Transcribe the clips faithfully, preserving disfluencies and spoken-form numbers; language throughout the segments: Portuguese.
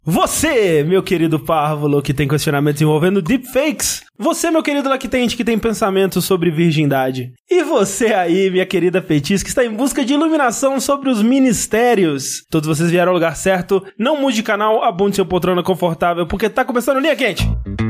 Você, meu querido párvulo, que tem questionamentos envolvendo deepfakes. Você, meu querido lactente, que tem pensamentos sobre virgindade. E você aí, minha querida feitiça, que está em busca de iluminação sobre os ministérios. Todos vocês vieram ao lugar certo. Não mude de canal, abunde seu poltrona confortável, porque tá começando Linha Quente.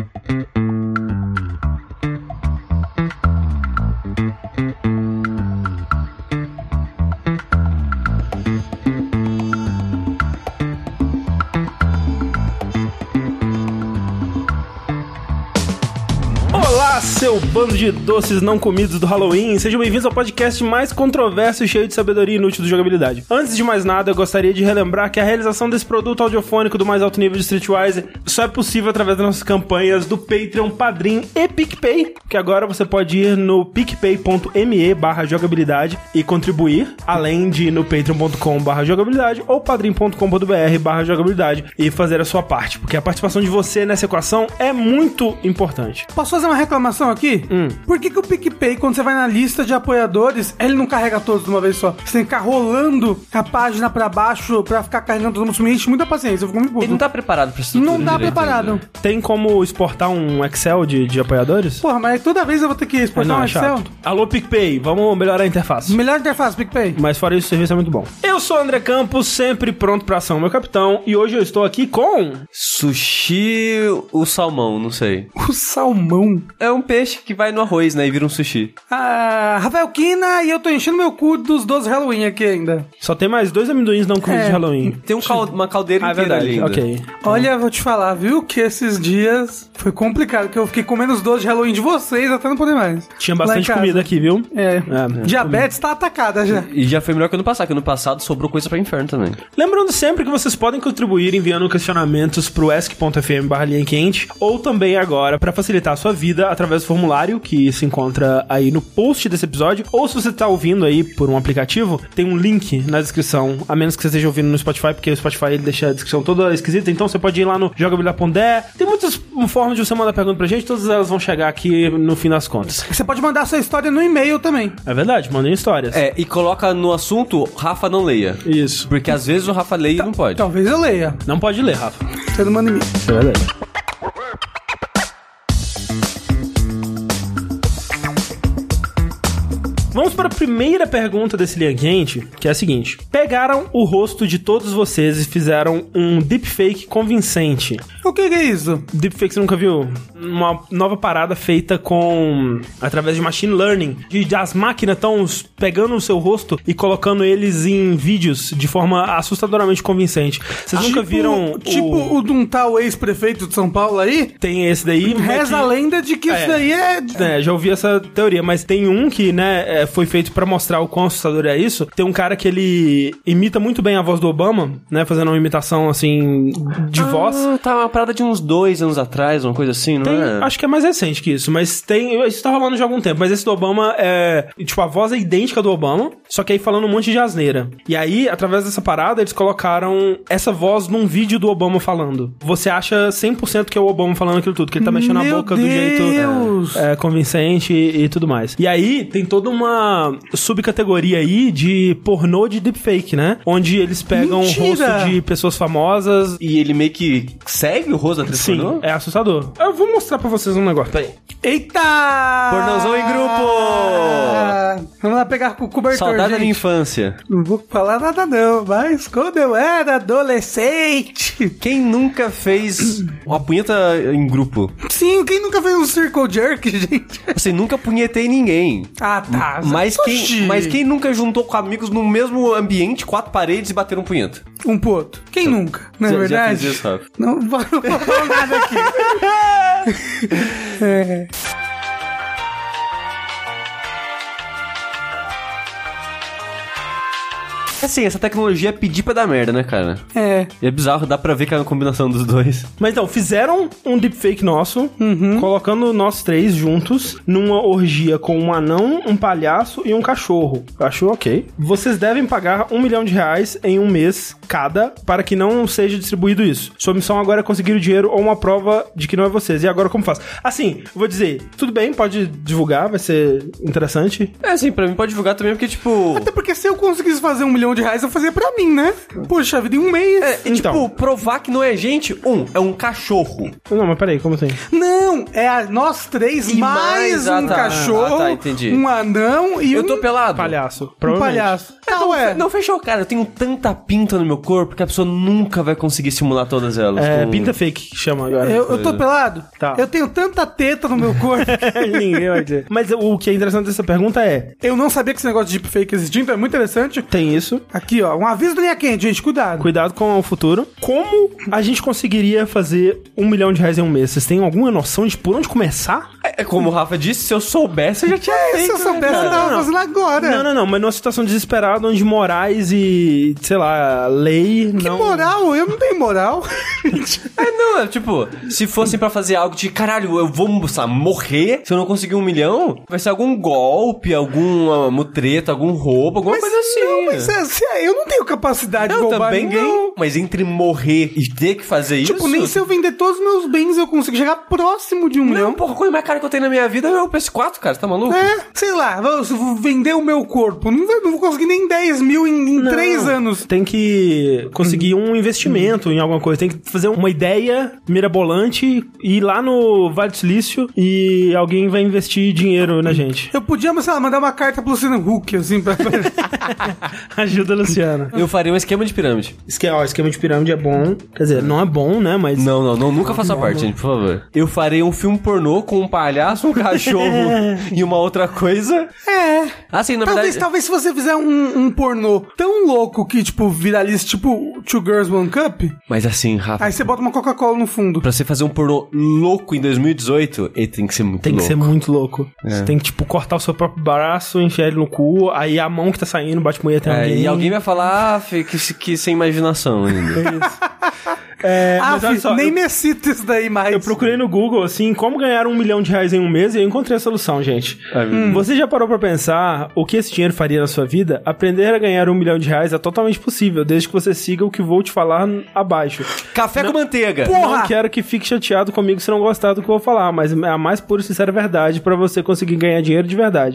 Olá, seu bando de doces não comidos do Halloween. Sejam bem-vindos ao podcast mais controverso e cheio de sabedoria inútil de jogabilidade. Antes de mais nada, eu gostaria de relembrar que a realização desse produto audiofônico do mais alto nível de Streetwise só é possível através das nossas campanhas do Patreon, Padrim e PicPay, que agora você pode ir no picpay.me barra jogabilidade e contribuir, além de ir no patreon.com barra jogabilidade ou padrim.com.br barra jogabilidade e fazer a sua parte, porque a participação de você nessa equação é muito importante. Posso fazer uma reclamação aqui? Hum. Por que que o PicPay, quando você vai na lista de apoiadores, ele não carrega todos de uma vez só? Você tem que ficar rolando a página pra baixo pra ficar carregando todo mundo. Me enche muita paciência, eu fico muito puto. Ele não tá preparado pra isso tudo. Não tá preparado. Ainda. Tem como exportar um Excel de, de apoiadores? Porra, mas toda vez eu vou ter que exportar não, um é Excel. chato. Alô, PicPay, vamos melhorar a interface. Melhor interface, PicPay. Mas fora isso, o serviço é muito bom. Eu sou o André Campos, sempre pronto pra ação, meu capitão. E hoje eu estou aqui com... Sushi o salmão, não sei. O salmão. É um peixe que vai no arroz, né? E vira um sushi. Ah, Rafael Kina, e eu tô enchendo meu cu dos doze Halloween aqui ainda. Só tem mais dois amendoins não comidos É. de Halloween. Tem um cal- uma caldeira Ah, é inteira verdade, ali ainda. ok. Olha, vou te falar, viu? Que esses dias foi complicado, que eu fiquei comendo os doze de Halloween de vocês até não poder mais. Tinha Lá em bastante casa. comida aqui, viu? É. É. Diabetes tá atacada já. E já foi melhor que ano passado, que ano passado sobrou coisa pra inferno também. Lembrando sempre que vocês podem contribuir enviando questionamentos pro ask.fm barra linha quente ou também agora, pra facilitar a sua vida, através do formulário que se encontra aí no post desse episódio, ou se você tá ouvindo aí por um aplicativo, tem um link na descrição, a menos que você esteja ouvindo no Spotify, porque o Spotify ele deixa a descrição toda esquisita, então você pode ir lá no jogabilidade ponto d e. Tem muitas formas de você mandar pergunta pra gente, todas elas vão chegar aqui no fim das contas. Você pode mandar sua história no e-mail também. É verdade, mandem histórias. É, e coloca no assunto, Rafa não leia. Isso. Porque às vezes o Rafa leia e não pode. Talvez eu leia. Não pode ler, Rafa. Você não manda em mim. Isso é verdade. Vamos para a primeira pergunta desse Linha Quente, que é a seguinte. Pegaram o rosto de todos vocês e fizeram um deepfake convincente. O que que é isso? Deepfake, você nunca viu? Uma nova parada feita com... através de machine learning. De, as máquinas estão pegando o seu rosto e colocando eles em vídeos de forma assustadoramente convincente. Vocês nunca viram Tipo o... o de um tal ex-prefeito de São Paulo aí? Tem esse daí... mas Reza que- a lenda de que É. isso daí é... É, já ouvi essa teoria, mas tem um que, né, é, foi feito pra mostrar o quão assustador é isso. Tem um cara que ele imita muito bem a voz do Obama, né, fazendo uma imitação, assim, de voz. Ah, tá uma parada de uns dois anos atrás, uma coisa assim, não Tem, é? acho que é mais recente que isso, mas tem, isso tá rolando já há algum tempo, mas esse do Obama é, tipo, a voz é idêntica do Obama, só que aí falando um monte de asneira. E aí, através dessa parada, eles colocaram essa voz num vídeo do Obama falando. Você acha cem por cento que é o Obama falando aquilo tudo, que ele tá mexendo Meu a boca do Deus! jeito é, convincente e, e tudo mais. E aí, tem toda uma subcategoria aí de pornô de deepfake, né? Onde eles pegam Mentira! o rosto de pessoas famosas. E ele meio que segue o rosto da atriz Sim, pornô? é assustador. Eu vou mostrar pra vocês um negócio. Peraí. Eita! Pornozão em grupo! Ah, vamos lá pegar com o cobertor, Saudade da gente. minha infância. Não vou falar nada não, mas quando eu era adolescente... Quem nunca fez uma punheta em grupo? Sim, quem nunca fez um circle jerk, gente? Assim, nunca punhetei ninguém. Ah, tá. Mas Oxi. quem, mas quem nunca juntou com amigos no mesmo ambiente, quatro paredes e bateram punheta? Um pro outro. Quem nunca, não é Já- já verdade? fiz isso, Rafa. Não, não vou falar nada aqui. É... Assim, essa tecnologia é pedir pra dar merda, né, cara? É. E é bizarro, dá pra ver que é uma combinação dos dois. Mas então, fizeram um deepfake nosso, Uhum. colocando nós três juntos numa orgia com um anão, um palhaço e um cachorro. Eu acho ok. Vocês devem pagar um milhão de reais em um mês cada para que não seja distribuído isso. Sua missão agora é conseguir o dinheiro ou uma prova de que não é vocês. E agora como faço? Assim, vou dizer, tudo bem, pode divulgar, vai ser interessante. É, assim, pra mim pode divulgar também, porque, tipo... Até porque se eu conseguisse fazer um milhão milhão de reais eu fazia pra mim, né? Poxa vida, em um mês. É, e, Então. tipo, provar que não é gente, um, é um cachorro. Não, mas peraí, como assim? Não, é a, nós três, E mais, mais, ah, um tá. cachorro, Ah, tá, entendi. um anão e Eu um, tô pelado. Palhaço. um Provavelmente. palhaço. Tá, Então, é. Não, fechou, cara. Eu tenho tanta pinta no meu corpo que a pessoa nunca vai conseguir simular todas elas. É, com- pinta fake que chama agora. Eu, eu tô pelado? Tá. Eu tenho tanta teta no meu corpo. Ninguém vai dizer. Mas o que é interessante dessa pergunta é: Eu não sabia que esse negócio de deepfake existia, então é muito interessante. tem isso. Aqui, ó, um aviso do Linha Quente, gente, cuidado. Cuidado com o futuro. Como a gente conseguiria fazer um milhão de reais em um mês? Vocês têm alguma noção de por onde começar? É como o Rafa disse, se eu soubesse, eu já tinha É, feito. se eu soubesse, né, eu cara? tava fazendo agora. Não, não, não. Mas numa situação desesperada onde morais e, sei lá, lei Que não... moral? Eu não tenho moral. É, não, é tipo, se fossem pra fazer algo de caralho, eu vou, sabe, morrer se eu não conseguir um milhão, vai ser algum golpe, alguma mutreta, algum roubo, alguma coisa assim. Não, mas é, se é, eu não tenho capacidade de eu roubar também ninguém. não. Mas entre morrer e ter que fazer Tipo, isso... nem se eu vender todos os meus bens eu consigo chegar próximo de um Não, milhão. porra, a coisa mais cara que eu tenho na minha vida é o P S quatro, cara, você tá maluco? É, sei lá, vou- se eu vou vender o meu corpo, não, vai- não vou conseguir nem dez mil em, em Não. três anos. Tem que conseguir um investimento em alguma coisa. Tem que fazer uma ideia mirabolante, ir lá no Vale do Silício e alguém vai investir dinheiro na gente. Eu podia, sei lá, mandar uma carta pro Luciano Huck, assim, pra... Ajuda, Luciana. Eu faria um esquema de pirâmide. Esquema, ó, esquema de pirâmide é bom. Quer dizer, não é bom, né? Mas... Não, não, não, nunca faça parte, gente, por favor. Eu farei um filme pornô com um palhaço, um cachorro e uma outra coisa. É. Assim, na Talvez, verdade... talvez se você fizer um, um pornô tão louco que, tipo, viralize, tipo, Two Girls, One Cup, Mas assim, Rafa, aí você bota uma Coca-Cola no fundo. pra você fazer um pornô louco em dois mil e dezoito, ele tem que ser muito Tem que louco. ser muito louco. Você tem que, tipo, cortar o seu próprio braço, enfiar ele no cu, aí a mão que tá saindo bate punheta em É, alguém. e alguém vai falar, ah, fi, que, que sem imaginação ainda. É, Ah, mas olha filho, só, nem eu, me cita isso daí mais. eu procurei no Google, assim, como ganhar um milhão de reais em um mês e eu encontrei a solução, gente. Hum. Você já parou pra pensar o que esse dinheiro faria na sua vida? Aprender a ganhar um milhão de reais é totalmente possível, desde que você siga o que vou te falar abaixo. Café com manteiga. Porra! Não quero que fique chateado comigo se não gostar do que eu vou falar, mas é a mais pura e sincera verdade pra você conseguir ganhar dinheiro de verdade.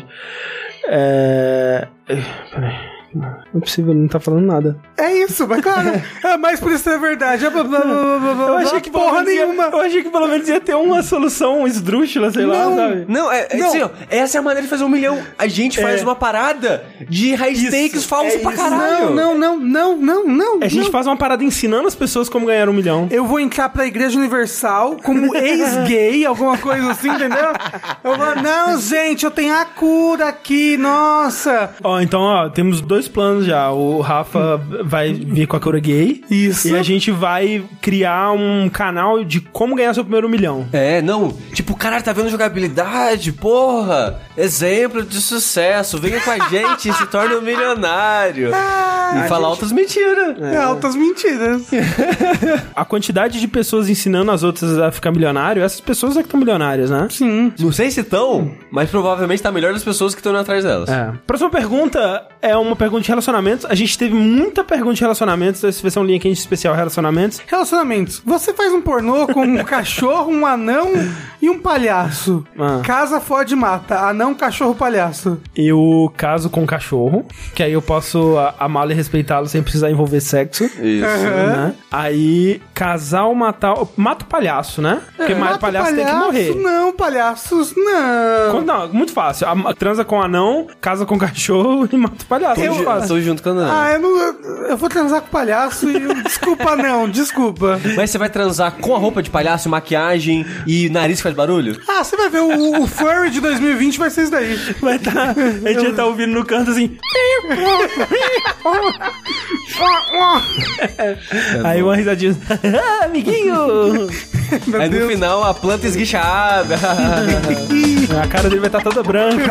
É... Peraí. Não é possível, não tá falando nada. É isso, mas claro. É mais por isso é verdade. É blá, blá, blá, blá, blá, blá, Eu achei que pelo porra menos ia- nenhuma. eu achei que pelo menos ia ter uma solução esdrúxula, sei lá, Não. sabe? Não, é, é Não. assim, ó, essa é a maneira de fazer um milhão. A gente faz É. uma parada de high stakes falso é pra isso. caralho. Não, não, não, não, não, não. A gente não. faz uma parada ensinando as pessoas como ganhar um milhão. Eu vou entrar pra Igreja Universal como ex-gay, alguma coisa assim, entendeu? Eu vou, não, gente, eu tenho a cura aqui, nossa. Ó, então, ó, temos dois planos já. O Rafa vai vir com a cura gay. Isso. E a gente vai criar um canal de como ganhar seu primeiro milhão. É, não, tipo, caralho, tá vendo jogabilidade? Porra, exemplo de sucesso. Venha com a gente e se torne um milionário. e falar outras mentiras. É, altas mentiras. A quantidade de pessoas ensinando as outras a ficar milionário, essas pessoas é que estão milionárias, né? Sim. Não sei se estão, mas provavelmente tá melhor das pessoas que estão indo atrás delas. É. Próxima pergunta é uma pergunta de relacionamentos. A gente teve muita pergunta de relacionamentos, então esse vai ser um linha quente especial relacionamentos. Relacionamentos. Você faz um pornô com um cachorro, um anão e um palhaço. Ah. Casa fode e mata. Anão, cachorro, palhaço. Eu caso com um cachorro, que aí eu posso a- amá-lo e respeitá-lo sem precisar envolver sexo. Isso. Né? Aí, casal, matar... Mata o palhaço, né? Porque ma- Mata palhaço, tem que palhaço, morrer. Não, palhaços, não. Quando- Não, muito fácil. A- transa com anão, casa com cachorro e mata o palhaço. Tô, Muito ju- fácil. tô junto com a Ana. Ah, eu não. Eu vou transar com palhaço e. Desculpa, não, desculpa. Mas você vai transar com a roupa de palhaço, maquiagem e nariz que faz barulho? Ah, você vai ver o, o Furry de dois mil e vinte vai ser isso daí. Vai tá, a gente vai tá ouvindo no canto assim. Aí uma risadinha. Ah, amiguinho! Meu Aí no Deus. final a planta esguichada. A cara dele vai estar toda branca.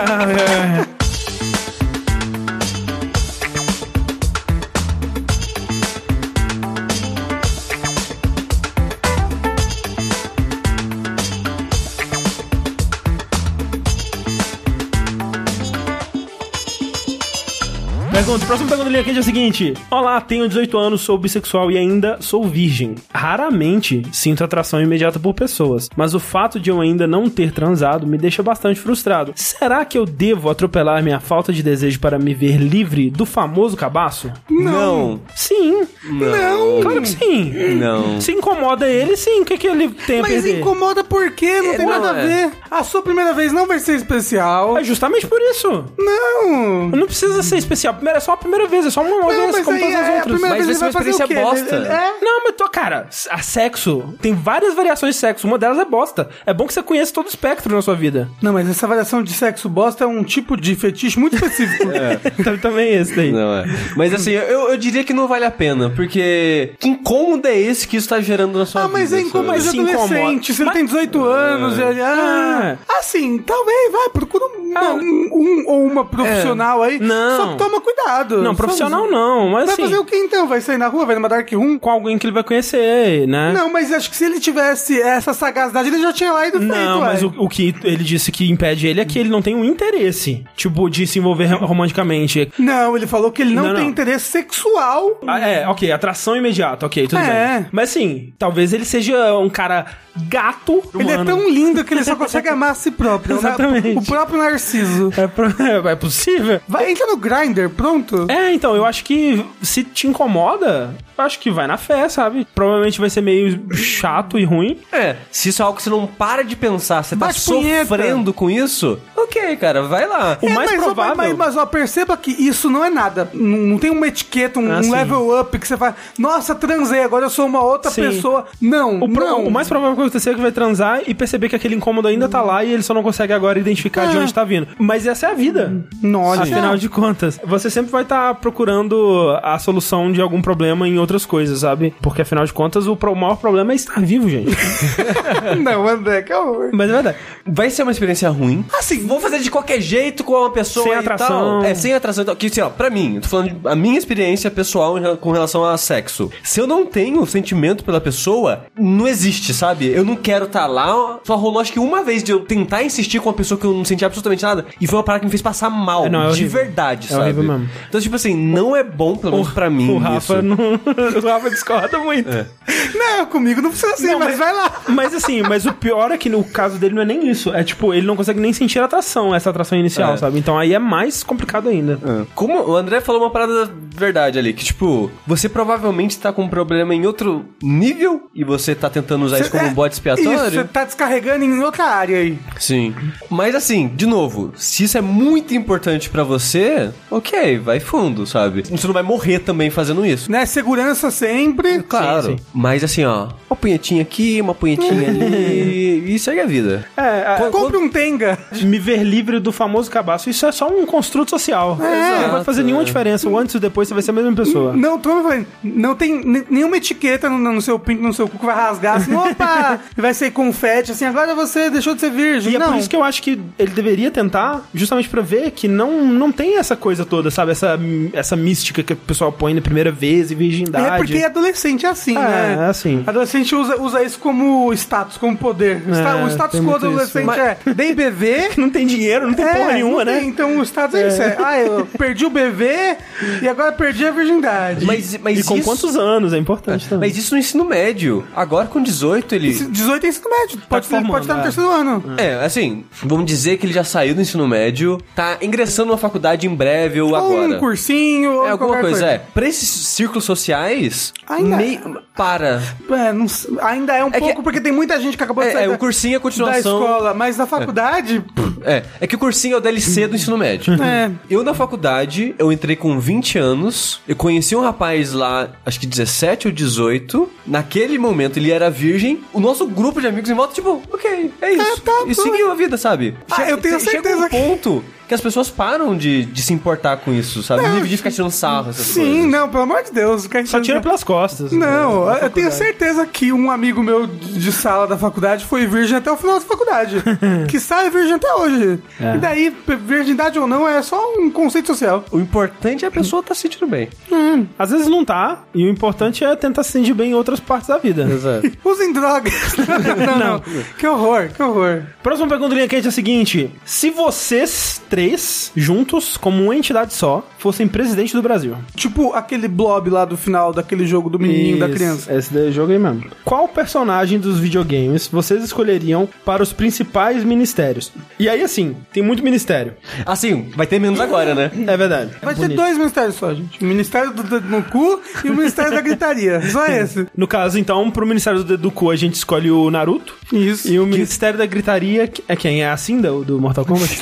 Pergunta, próxima pergunta linha quente é a seguinte. Olá, tenho dezoito anos, sou bissexual e ainda sou virgem. Raramente sinto atração imediata por pessoas, mas o fato de eu ainda não ter transado me deixa bastante frustrado. Será que eu devo atropelar minha falta de desejo para me ver livre do famoso cabaço? Não. Sim. Não. Claro que sim. Não. Se incomoda ele, sim. O que, que ele tem a Mas perder? incomoda por quê? Não É, tem não nada a é. ver. A sua primeira vez não vai ser especial. É justamente por isso. Não. Não precisa ser especial. Primeiro, é só a primeira vez, é só uma Não, vez, mas como aí todas as é a outras. primeira Mas vez vai ele ser uma vai fazer o quê? experiência Ele- bosta. ele- é. Não, mas tô, cara, a sexo, tem várias variações de sexo, uma delas é bosta. É bom que você conheça todo o espectro na sua vida. Não, mas essa variação de sexo bosta é um tipo de fetiche muito específico. Então, também esse daí. Não é. Mas assim, eu, eu diria que não vale a pena, porque que incômodo é esse que isso tá gerando na sua Ah, vida? mas é incômodo Mas de se adolescente. Se ele incomoda. tem dezoito anos, ele... Ah, assim, talvez, vai, procura um, Ah. um, um ou uma profissional aí. Não. Só que toma cuidado. Não, Só- profissional não, mas Vai assim, fazer o que então? Vai sair na rua? Vai numa dark room? com alguém que ele vai conhecer, né? Não, mas acho que se ele tivesse essa sagacidade, ele já tinha lá ido feito, Não, mas ué. o, o que ele disse que impede ele é que ele não tem um interesse, tipo, de se envolver rom- romanticamente. Não, ele falou que ele não, Não, tem não. interesse sexual. Ah, é, ok, atração imediata, ok, tudo É. bem. Mas assim, talvez ele seja um cara gato. Ele é humano. tão lindo que ele só consegue amar a si próprio. né? Exatamente. O próprio Narciso. É, pro- é possível? Vai, entra no Grindr, pronto. É, então, eu acho que se te incomoda, eu acho que vai na fé, sabe? Provavelmente vai ser meio chato e ruim. É, se isso é algo que você não para de pensar, você tá Bate punheta. sofrendo com isso, ok, cara, vai lá. O É, mais mas, ó, provável... Mas, mas, ó, perceba que isso não é nada. Não, não tem uma etiqueta, um, Ah, um sim. level up que você faz. Nossa, transei, agora eu sou uma outra Sim. pessoa. Não, O, pro- não. o mais provável que vai acontecer é que vai transar e perceber que aquele incômodo ainda tá lá e ele só não consegue agora identificar de É. onde tá vindo. Mas essa é a vida. Nossa. Afinal de contas, você sempre vai estar procurando a solução de algum problema em outras coisas, sabe? Porque afinal de contas, o, pro- o maior problema é estar vivo, gente. Não, André, que horror. Mas é verdade. Vai ser uma experiência ruim. Assim, Vou fazer de qualquer jeito com uma pessoa Sem e atração. tal. É, sem atração e tal. Que, assim, ó, pra mim, tô falando de, a minha experiência pessoal em rela- com relação a sexo. Se eu não tenho sentimento pela pessoa, não existe, sabe? Eu não quero estar lá. Só rolou, acho que uma vez de eu tentar insistir com uma pessoa que eu não senti absolutamente nada. E foi uma parada que me fez passar mal. É, não, é de horrível. verdade, É sabe? horrível mesmo. Então, tipo assim, não é bom, pelo menos pra mim, O Rafa isso. não. O Rafa discorda muito. não, comigo não precisa assim, Não, mas, mas- vai lá. Mas assim, mas o pior é que no caso dele não é nem isso. É tipo, ele não consegue nem sentir atração, essa atração inicial, É. sabe? Então aí é mais complicado ainda. Como o André falou uma parada verdade ali, que tipo, você provavelmente tá com um problema em outro nível e você tá tentando usar isso como É, um bode expiatório. Isso, você tá descarregando em outra área aí. Sim. Mas assim, de novo, se isso é muito importante pra você, ok, vai fundo, sabe? Você não vai morrer também fazendo isso. Né? Segurança sempre. Claro. sim. Mas assim, ó, uma punhetinha aqui, uma punhetinha ali, e segue a vida. É, é, Compre um Tenga. me ver livre do famoso cabaço, isso é só um construto social. não vai fazer nenhuma diferença. O antes e o depois você vai ser a mesma pessoa. Não, tô falando, não tem n- nenhuma etiqueta no, no seu pinto, no seu cu que vai rasgar assim, opa, e vai ser confete, assim, agora você deixou de ser virgem. E é não. por isso que eu acho que ele deveria tentar, justamente pra ver que não, não tem essa coisa toda, sabe? Essa, essa mística que o pessoal põe na primeira vez e virgindade. É porque adolescente é assim, É, né? é assim. Adolescente usa, usa isso como status, como poder. O sta- o status tem quo do muito isso. adolescente é dei B V. Não tem dinheiro, não tem É, porra nenhuma, não né? tem. Então o status é isso. É, ah, eu perdi o B V e agora perdi a virgindade. Mas, mas E com isso... quantos anos? É importante também. Mas isso no ensino médio. Agora com dezoito ele... dezoito é ensino médio. Pode, te formando, pode estar no é. terceiro ano. É, assim, vamos dizer que ele já saiu do ensino médio, tá ingressando numa faculdade em breve ou Ou agora. um cursinho, ou É alguma qualquer coisa, é. Pra esses círculos sociais, Ainda- meio... para. É, não s- ainda é um É que- pouco, porque tem muita gente que acabou de É, sair é, da, o cursinho é a da continuação. escola, mas na faculdade... pff, É, é que o cursinho é o D L C do ensino médio. É. Eu na faculdade, eu entrei com vinte anos, eu conheci um rapaz lá, acho que dezessete ou dezoito, naquele momento ele era virgem, o nosso grupo de amigos em volta, tipo, ok, é isso. tá, e tudo seguiu a vida, sabe? Ah, eu tenho chega certeza um que- ponto que as pessoas param de, de se importar com isso, sabe? No nível de ficar tirando sarro, essas Sim, coisas. não, pelo amor de Deus. que a gente Só tira pelas costas. Não, né? eu tenho certeza que um amigo meu de sala da faculdade foi virgem até o final da faculdade. Que sai virgem até hoje. É. E daí, p- virgindade ou não, é só um conceito social. O importante é a pessoa estar tá se sentindo bem. Às vezes não tá, e o importante é tentar se sentir bem em outras partes da vida. Exato. Usem drogas. não, não, Que horror, que horror. Próxima pergunta linha quente é a seguinte: se vocês três, juntos, como uma entidade só, fossem presidente do Brasil. Tipo aquele blob lá do final daquele jogo do menininho da criança. Esse daí jogo aí mesmo. Qual personagem dos videogames vocês escolheriam para os principais ministérios? E aí, assim, tem muito ministério. Assim, vai ter menos agora, né? É verdade. Vai é ter bonito. dois ministérios só, gente. O Ministério do Dedo no Cu e o Ministério da Gritaria. Só esse. No caso, então, pro Ministério do Dedo do Cu, a gente escolhe o Naruto. Isso. E o Ministério da Gritaria é quem? É a Cinda, o do Mortal Kombat?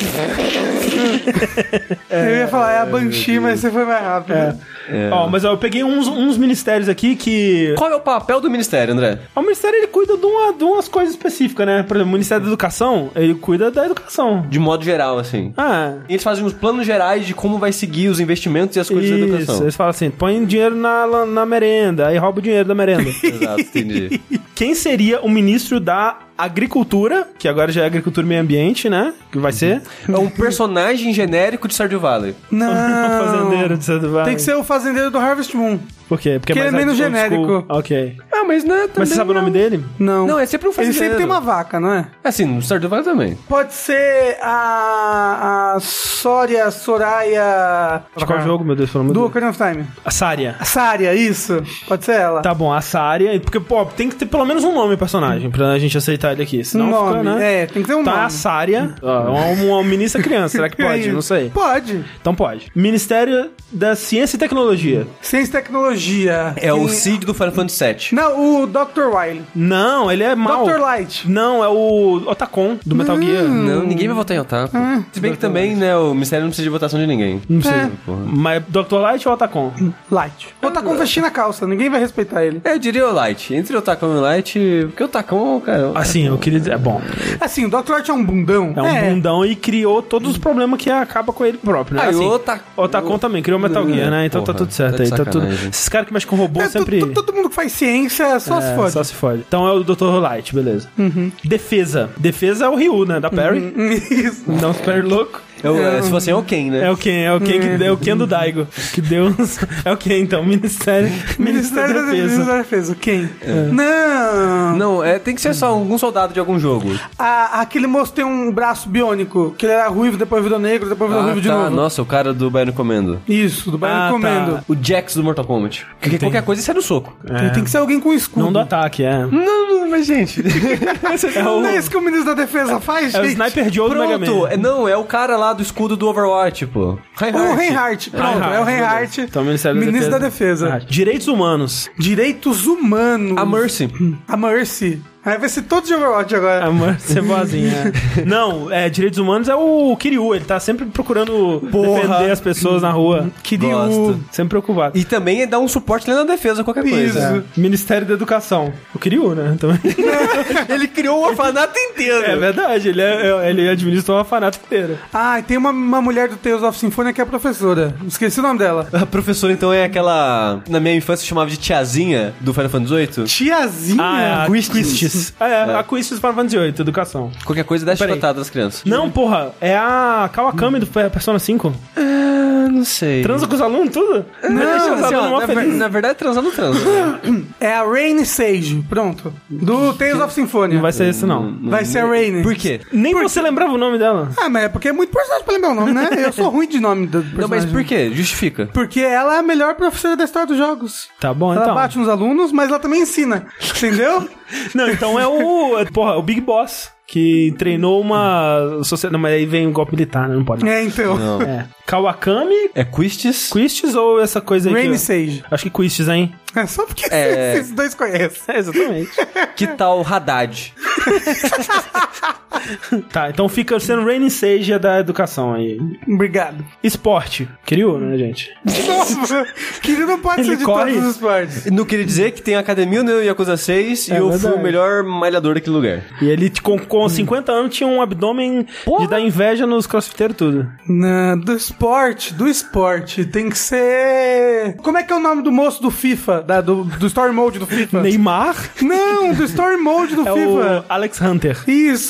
Eu ia falar, é a Banshee, mas você foi mais rápido. É. É. Ó, mas ó, eu peguei uns, uns ministérios aqui que... Qual é o papel do ministério, André? O ministério, ele cuida de, uma, de umas coisas específicas, né? Por exemplo, o Ministério da Educação, ele cuida da educação. De modo geral, assim. Ah, E eles fazem os planos gerais de como vai seguir os investimentos e as coisas da isso. educação. Eles falam assim, põe dinheiro na, na merenda, aí rouba o dinheiro da merenda. Exato, entendi. Quem seria o ministro da Agricultura, que agora já é Agricultura e Meio Ambiente, né? Que vai ser... É um personagem genérico de Stardew Valley. Não. O fazendeiro de Stardew Valley. Tem que ser o fazendeiro do Harvest Moon. Por quê? Porque Que ele é menos old school. genérico. Ok. Ah, mas não é também Mas você sabe o nome dele? Não. Não, é sempre um Ele fazendeiro. sempre tem uma vaca, não é? Assim, no Stardew Valley também. Pode ser a... a Soria, Soraya... De qual jogo, meu Deus? Pelo amor de Do Deus. Ocarina of Time. A Sária. A Saria, isso. Pode ser ela. Tá bom, a Sária. Porque, pô, tem que ter pelo menos um nome personagem pra gente aceitar ele aqui. Senão Um nome. fica, né? É, tem que ter um Tá, nome. a Sária. Ó, uma, uma ministra criança. Será que pode? Não sei. Pode. Então pode. Ministério da Ciência e Tecnologia. Ciência e Tecnologia. É o Quem- Cid do Final Fantasy sete. Não, o doutor Wily. Não, ele é mau. doutor Light. Não, é o Otacon, do Metal Gear. Não, ninguém vai votar em Otaku. Se bem que também, né, o mistério não precisa de votação de ninguém. Não sei. É. Mas doutor Light ou Otacon? Light. Ou tá com vestir na calça, ninguém vai respeitar ele. É, eu diria o Light. Entre o Otaku e o Light, porque o Otaku, cara... Assim, eu queria dizer. É bom. Assim, o doutor Light é um bundão. É um bundão e criou todos os problemas que acaba com ele próprio, né? Ah, e assim, o Otaku- o Otacon também criou Metal Gear, né? Então Porra, tá tudo certo tá de aí. Tá tudo... sacanagem. Esses caras que mexem com robô É, sempre. to- to- todo mundo que faz ciência só se É, fode. só se fode. Então é o doutor Light, beleza. Defesa. Defesa é o Ryu, né? Da Perry. Isso. Não os Perry louco. É o- é, se fosse é o Ken, né? É o Ken, é o Ken que é o Ken do Daigo. Que deu uns... É o Ken, então. Ministério, Ministério da Defesa. da Defesa. Quem? Não. Não, é, tem que ser só algum soldado de algum jogo. A- aquele moço tem um braço biônico, que ele era ruivo, depois virou negro, depois virou Ah, ruivo de tá. novo. Nossa, o cara do Bionic Commando. Isso, do Bionic Ah, Comendo. tá. O Jax do Mortal Kombat. Porque Entendi. qualquer coisa isso é no soco. Tem, tem que ser alguém com escudo. Não do ataque, é. Não, não, mas gente... É o, Não é isso que o ministro da Defesa faz, é o gente. Sniper Joe do Mega Pronto, Man. é, não, é o cara lá do escudo do Overwatch, pô. O Reinhardt. Reinhardt. Pronto, é o Reinhardt. Então, Ministério da Ministro Defesa. da Defesa. Reinhardt. Direitos Humanos. Direitos humanos. A Mercy. A Mercy. Aí vai ser todo de Overwatch agora. A Mercy é boazinha. Não, é, Direitos Humanos é o Kiryu. Ele tá sempre procurando Porra. defender as pessoas na rua. Kiryu. Gosto. Sempre preocupado. E também é dar um suporte ali na defesa, qualquer coisa. Isso. É. Ministério da Educação. O Kiryu, né? Também. Ele criou o orfanato inteiro. É verdade, ele, é, ele administrou o orfanato inteiro. Ah, e tem uma, uma mulher do Tales of Symphonia que é professora. Esqueci o nome dela. A professora, então, é aquela... Na minha infância, chamava de tiazinha do Final Fantasy oito. Tiazinha. Ah, é a Quistis. Quistis. É, a Quistis Final Fantasy oito, Educação. Qualquer coisa, dá Peraí. chicotada das crianças. Não, porra, é a Kawakami do Persona cinco. Ah, não sei. Transa com os alunos, tudo? Não, Deixa os assim, alunos ó, mó na, ver- felizes. na verdade, transar não transa. É a Rain Sage. Pronto. Do Tales of Symphonia. Não vai ser esse, não. Vai ser a Rain. Por quê? Nem você lembrava o nome dela. Ah, mas é porque é muito personagem pra lembrar o nome, né? Eu sou ruim de nome do personagem. Não, mas por quê? Justifica. Porque ela é a melhor professora da história dos jogos. Tá bom, Ela então. bate nos alunos, mas ela também ensina. Entendeu? Não, então é o... é, Porra, o Big Boss, que treinou uma... sociedade. Não, mas aí vem o golpe militar, né? Não pode. É, então. Não. É. Kawakami, É Quistis. Quistis ou essa coisa aí? Rain que- Sage. Acho que Quistis, hein? É só porque É. esses dois conhecem. É, exatamente. Que tal Haddad? Tá, então fica sendo Rain Sage da educação aí. Obrigado. Esporte. Kiryu, né, gente? Nossa, que não pode Ele ser de corre. todos os esportes. Não queria dizer que tem academia no Yakuza seis É e eu fui verdade. o melhor malhador daquele lugar. E ele, com, com cinquenta anos, tinha um abdômen de dar inveja nos crossfiteiros tudo. Não, do esporte, do esporte. Tem que ser... Como é que é o nome do moço do FIFA? Da, do, do Story Mode do FIFA? Neymar Não, do Story Mode do é FIFA. o Alex Hunter. Isso, pronto. Então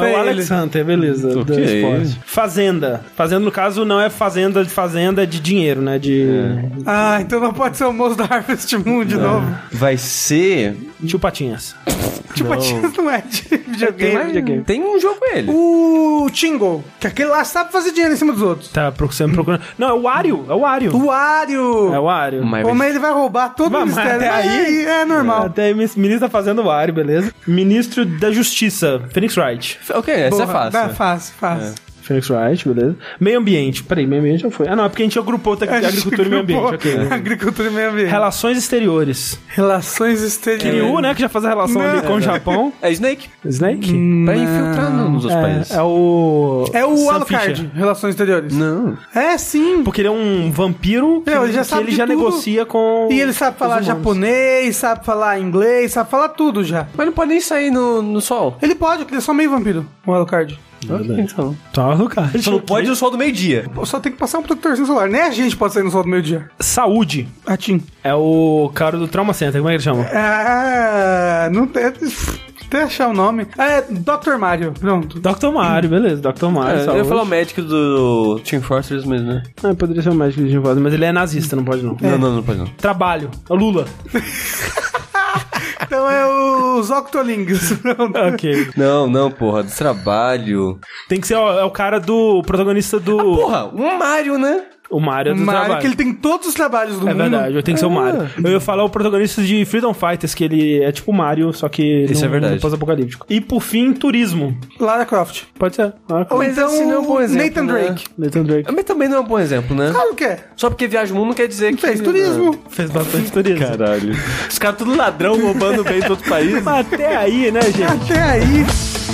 é o ele. Alex Hunter, beleza. Ok. Do esporte. Fazenda. Fazenda, no caso, não é fazenda de fazenda, é de dinheiro, né? De... Ah, então não pode ser o moço da Harvest Moon de novo. Vai ser... Tio Patinhas. Tipo, a Tia não é de videogame. mais videogame. Tem um jogo com ele. O Tingle, que aquele lá sabe fazer dinheiro em cima dos outros. Tá procurando, procurando. Não, é o Wario. É o Wario. O Wario. É o Wario. Mas Como ele vai roubar todo o Mas mistério. até aí- é, é normal. Até aí, ministro tá fazendo o Wario, beleza? Ministro da Justiça, Phoenix Wright. Ok, essa Porra, é fácil. É fácil, fácil. Phoenix Wright, beleza? Meio ambiente. Peraí, meio ambiente já foi. Ah, não, é porque a gente agrupou tec- A gente agricultura e meio ambiente. agrupou Ok. Agricultura e meio ambiente. Relações exteriores. Relações exteriores. Kiryu, né, que já faz a relação Não. ali com o Japão. É Snake. Snake? Pra infiltrar nos outros países. É, é o... É o Sam Alucard, Fisher. Relações Exteriores. Não. É, sim. Porque ele é um vampiro que, Meu, ele já que sabe ele de já tudo. negocia com E ele sabe falar os humanos. japonês, sabe falar inglês, sabe falar tudo já. Mas não pode nem sair no, no sol. Ele pode, porque ele é só meio vampiro, o Alucard. Ok, então. Tá, Lucas. Só não pode no sol do meio-dia. Só tem que passar um protetorzinho solar. Nem a gente pode sair no sol do meio-dia. Saúde. A Tim. É o cara do Trauma Center. Como é que ele chama? Ah, não tem... Até achar o nome. É, doutor Mario. Pronto. doutor Mario, beleza. doutor Mario, É, eu saúde. ia falar o médico do Team Fortress mesmo, né? Ah, poderia ser o médico de voz, mas ele é nazista, não pode não. Não, não, não pode não. Trabalho. É o Lula. Então é os Octolings. Pronto. Ok. Não, não, porra, do trabalho. Tem que ser ó, é o cara do o protagonista do... Porra, um Mario, né? O Mario é do Mario, trabalho. que ele tem todos os trabalhos do É mundo. verdade, eu tenho que ser o Mario. Eu ia falar o protagonista de Freedom Fighters, que ele é tipo o Mario, só que Isso no, é verdade. no pós-apocalíptico. E por fim, turismo. Lara Croft. Pode ser. Ah, Ou Mas então esse não é um bom exemplo, Nathan né? Drake. Nathan Drake. Mas também não é um bom exemplo, né? Claro que é. Só porque viaja o mundo não quer dizer que... Fez turismo. Fez bastante turismo. Caralho. Os caras tudo ladrão roubando bem do outro país. Mas até aí, né, gente? Até aí.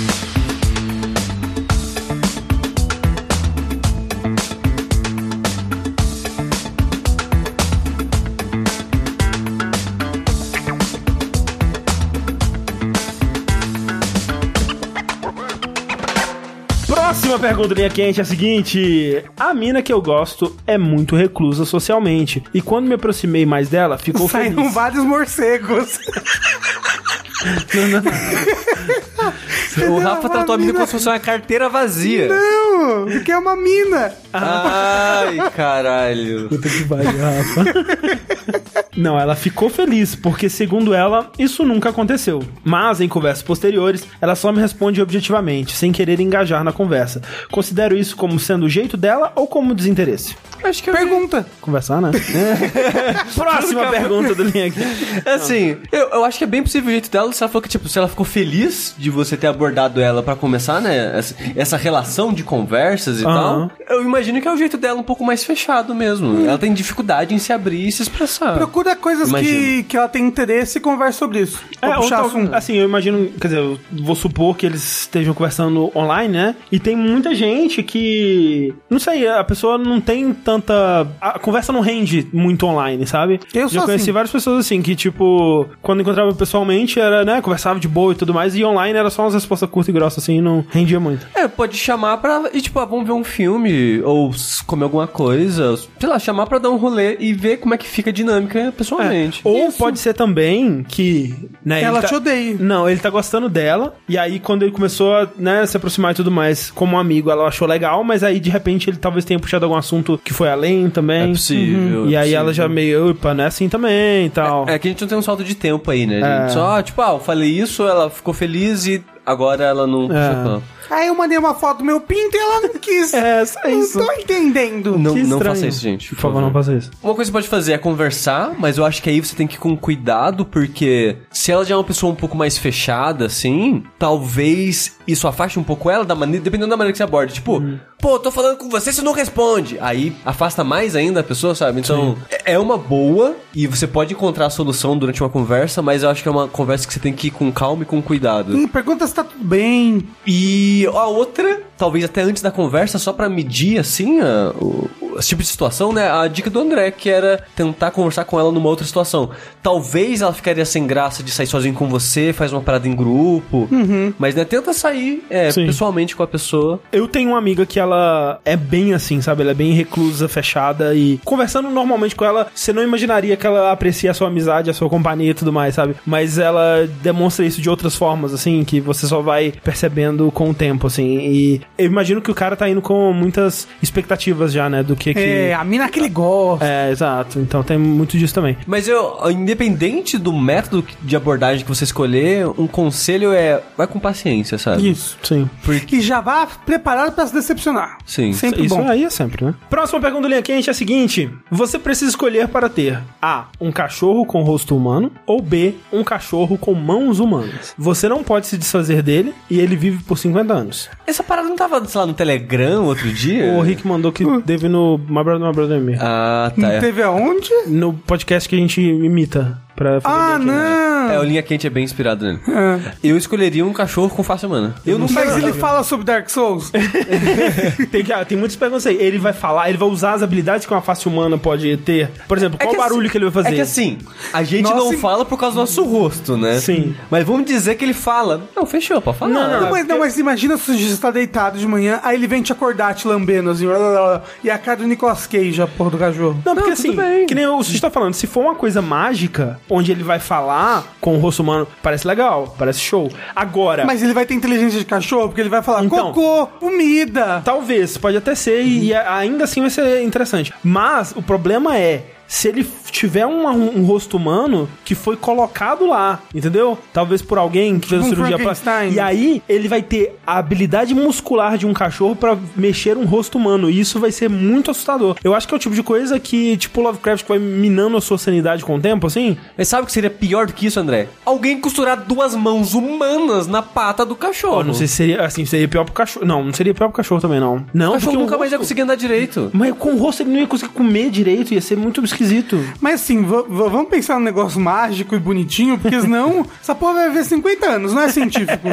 Próxima pergunta linha quente é a seguinte: a mina que eu gosto é muito reclusa socialmente. E quando me aproximei mais dela, ficou Saíram feliz. vários morcegos. O Rafa tratou a mina como se fosse uma carteira vazia. Não, porque é uma mina. Ai, caralho. Puta que pariu, Rafa. Não, ela ficou feliz, porque segundo ela, isso nunca aconteceu. Mas, em conversas posteriores, ela só me responde objetivamente, sem querer engajar na conversa. Considero isso como sendo o jeito dela ou como desinteresse? Acho que eu... Pergunta. Conversar, né? Próxima pergunta do linha aqui. Assim, eu, eu acho que é bem possível o jeito dela. Se ela falou que, tipo, se ela ficou feliz de você ter abordado ela pra começar, né? Essa, essa relação de conversas e Aham. tal. Eu imagino que é o jeito dela um pouco mais fechado mesmo. Ela tem dificuldade em se abrir e se expressar. Procura coisas que, Imagino. que ela tem interesse e conversa sobre isso. Pra É, ou puxar tal- assunto. assim, eu imagino, quer dizer, eu vou supor que eles estejam conversando online, né? E tem muita gente que, não sei, a pessoa não tem tanta... A conversa não rende muito online, sabe? Eu Já sou conheci assim. várias pessoas assim, que tipo, quando encontrava pessoalmente, era, né, conversava de boa e tudo mais, e online era só umas respostas curtas e grossas, assim, e não rendia muito. É, pode chamar pra... E tipo, ah, vamos ver um filme ou s- comer alguma coisa. Sei lá, chamar pra dar um rolê e ver como é que fica a dinâmica pessoalmente. Ou Isso. pode ser também que, né, Ela ele tá- te odeia. Não, ele tá gostando dela, e aí quando ele começou a, né, se aproximar e tudo mais, como um amigo, ela achou legal, mas aí de repente ele talvez tenha puxado algum assunto que foi além também. É possível. E é aí possível. ela já meio, opa, não é assim também e tal. É que a gente não tem um salto de tempo aí, né, É. gente? Só, tipo, ah, eu falei isso, ela ficou feliz e agora ela não É. puxa tanto. Aí eu mandei uma foto do meu pinto e ela não quis. É, só isso. Não tô entendendo. Não, Que não estranho. faça isso, gente. Por favor, não faça isso. Uma coisa que você pode fazer é conversar, mas eu acho que aí você tem que ir com cuidado, porque se ela já é uma pessoa um pouco mais fechada, assim, talvez isso afaste um pouco ela, da maneira, dependendo da maneira que você aborda. Tipo, pô, tô falando com você, você não responde. Aí afasta mais ainda a pessoa, sabe? Então, é é uma boa e você pode encontrar a solução durante uma conversa, mas eu acho que é uma conversa que você tem que ir com calma e com cuidado. Hum, pergunta se tá tudo bem. E a outra talvez até antes da conversa, só pra medir, assim, a, o, esse tipo de situação, né? A dica do André, que era tentar conversar com ela numa outra situação. Talvez ela ficaria sem graça de sair sozinho com você, faz uma parada em grupo, uhum. mas, né, tenta sair é, pessoalmente com a pessoa. Eu tenho uma amiga que ela é bem assim, sabe? Ela é bem reclusa, fechada e conversando normalmente com ela, você não imaginaria que ela aprecia a sua amizade, a sua companhia e tudo mais, sabe? Mas ela demonstra isso de outras formas, assim, que você só vai percebendo com o tempo, assim. E eu imagino que o cara tá indo com muitas expectativas já, né? Do que que... É, a mina que ele gosta. É, exato. Então tem muito disso também. Mas eu, independente do método de abordagem que você escolher, um conselho é, vai com paciência, sabe? Isso. Sim. Porque... E já vá preparado pra se decepcionar. Sim. Sempre Isso bom. aí é sempre, né? Próxima pergunta do Linha Quente é a seguinte: você precisa escolher para ter A, um cachorro com rosto humano, ou B, um cachorro com mãos humanas. Você não pode se desfazer dele e ele vive por cinquenta anos. Essa parada não tava, sei lá, no Telegram outro dia? O Rick mandou que teve no My Brother, My Brother Me. Ah, tá. Não É. teve aonde? No podcast que a gente imita. Pra fazer Ah, aqui, né? não. É, o Linha Quente é bem inspirado nele. É. Eu escolheria um cachorro com face humana. Eu não Mas sei. ele fala sobre Dark Souls? Tem, que- ah, tem muitas perguntas aí. Ele vai falar, ele vai usar as habilidades que uma face humana pode ter. Por exemplo, qual que barulho assim- que ele vai fazer? É que assim, a gente Nossa, não e- fala por causa do nosso rosto, né? Sim. Mas vamos dizer que ele fala. Não, fechou, pode falar. Não, Não, mas, não, mas imagina se você está deitado de manhã, aí ele vem te acordar, te lambendo, assim, blá, blá, blá, e a cara do Nicolas Cage, a porra do cachorro. Não, porque Não, tudo assim, bem. que nem o Sushi tá falando, se for uma coisa mágica, onde ele vai falar com o rosto humano, parece legal, parece show. Agora, Mas ele vai ter inteligência de cachorro, porque ele vai falar Então. cocô, comida. talvez, pode até ser, e, e ainda assim vai ser interessante. Mas o problema é, se ele tiver um, um, um rosto humano que foi colocado lá, entendeu? Talvez por alguém que fez Um a cirurgia plástica. Frankenstein. E aí, ele vai ter a habilidade muscular de um cachorro pra mexer um rosto humano. E isso vai ser muito assustador. Eu acho que é o tipo de coisa que, tipo, Lovecraft vai minando a sua sanidade com o tempo, assim. Mas sabe o que seria pior do que isso, André? Alguém costurar duas mãos humanas na pata do cachorro. Ó, não sei se seria, assim, seria pior pro cachorro. Não, não seria pior pro cachorro também, não. Não, O cachorro porque nunca o mais ia rosto- conseguir andar direito. Mas com o rosto ele não ia conseguir comer direito, ia ser muito esquisito. Mas assim, v- v- vamos pensar num negócio mágico e bonitinho, porque senão essa porra vai viver cinquenta anos, não é científico.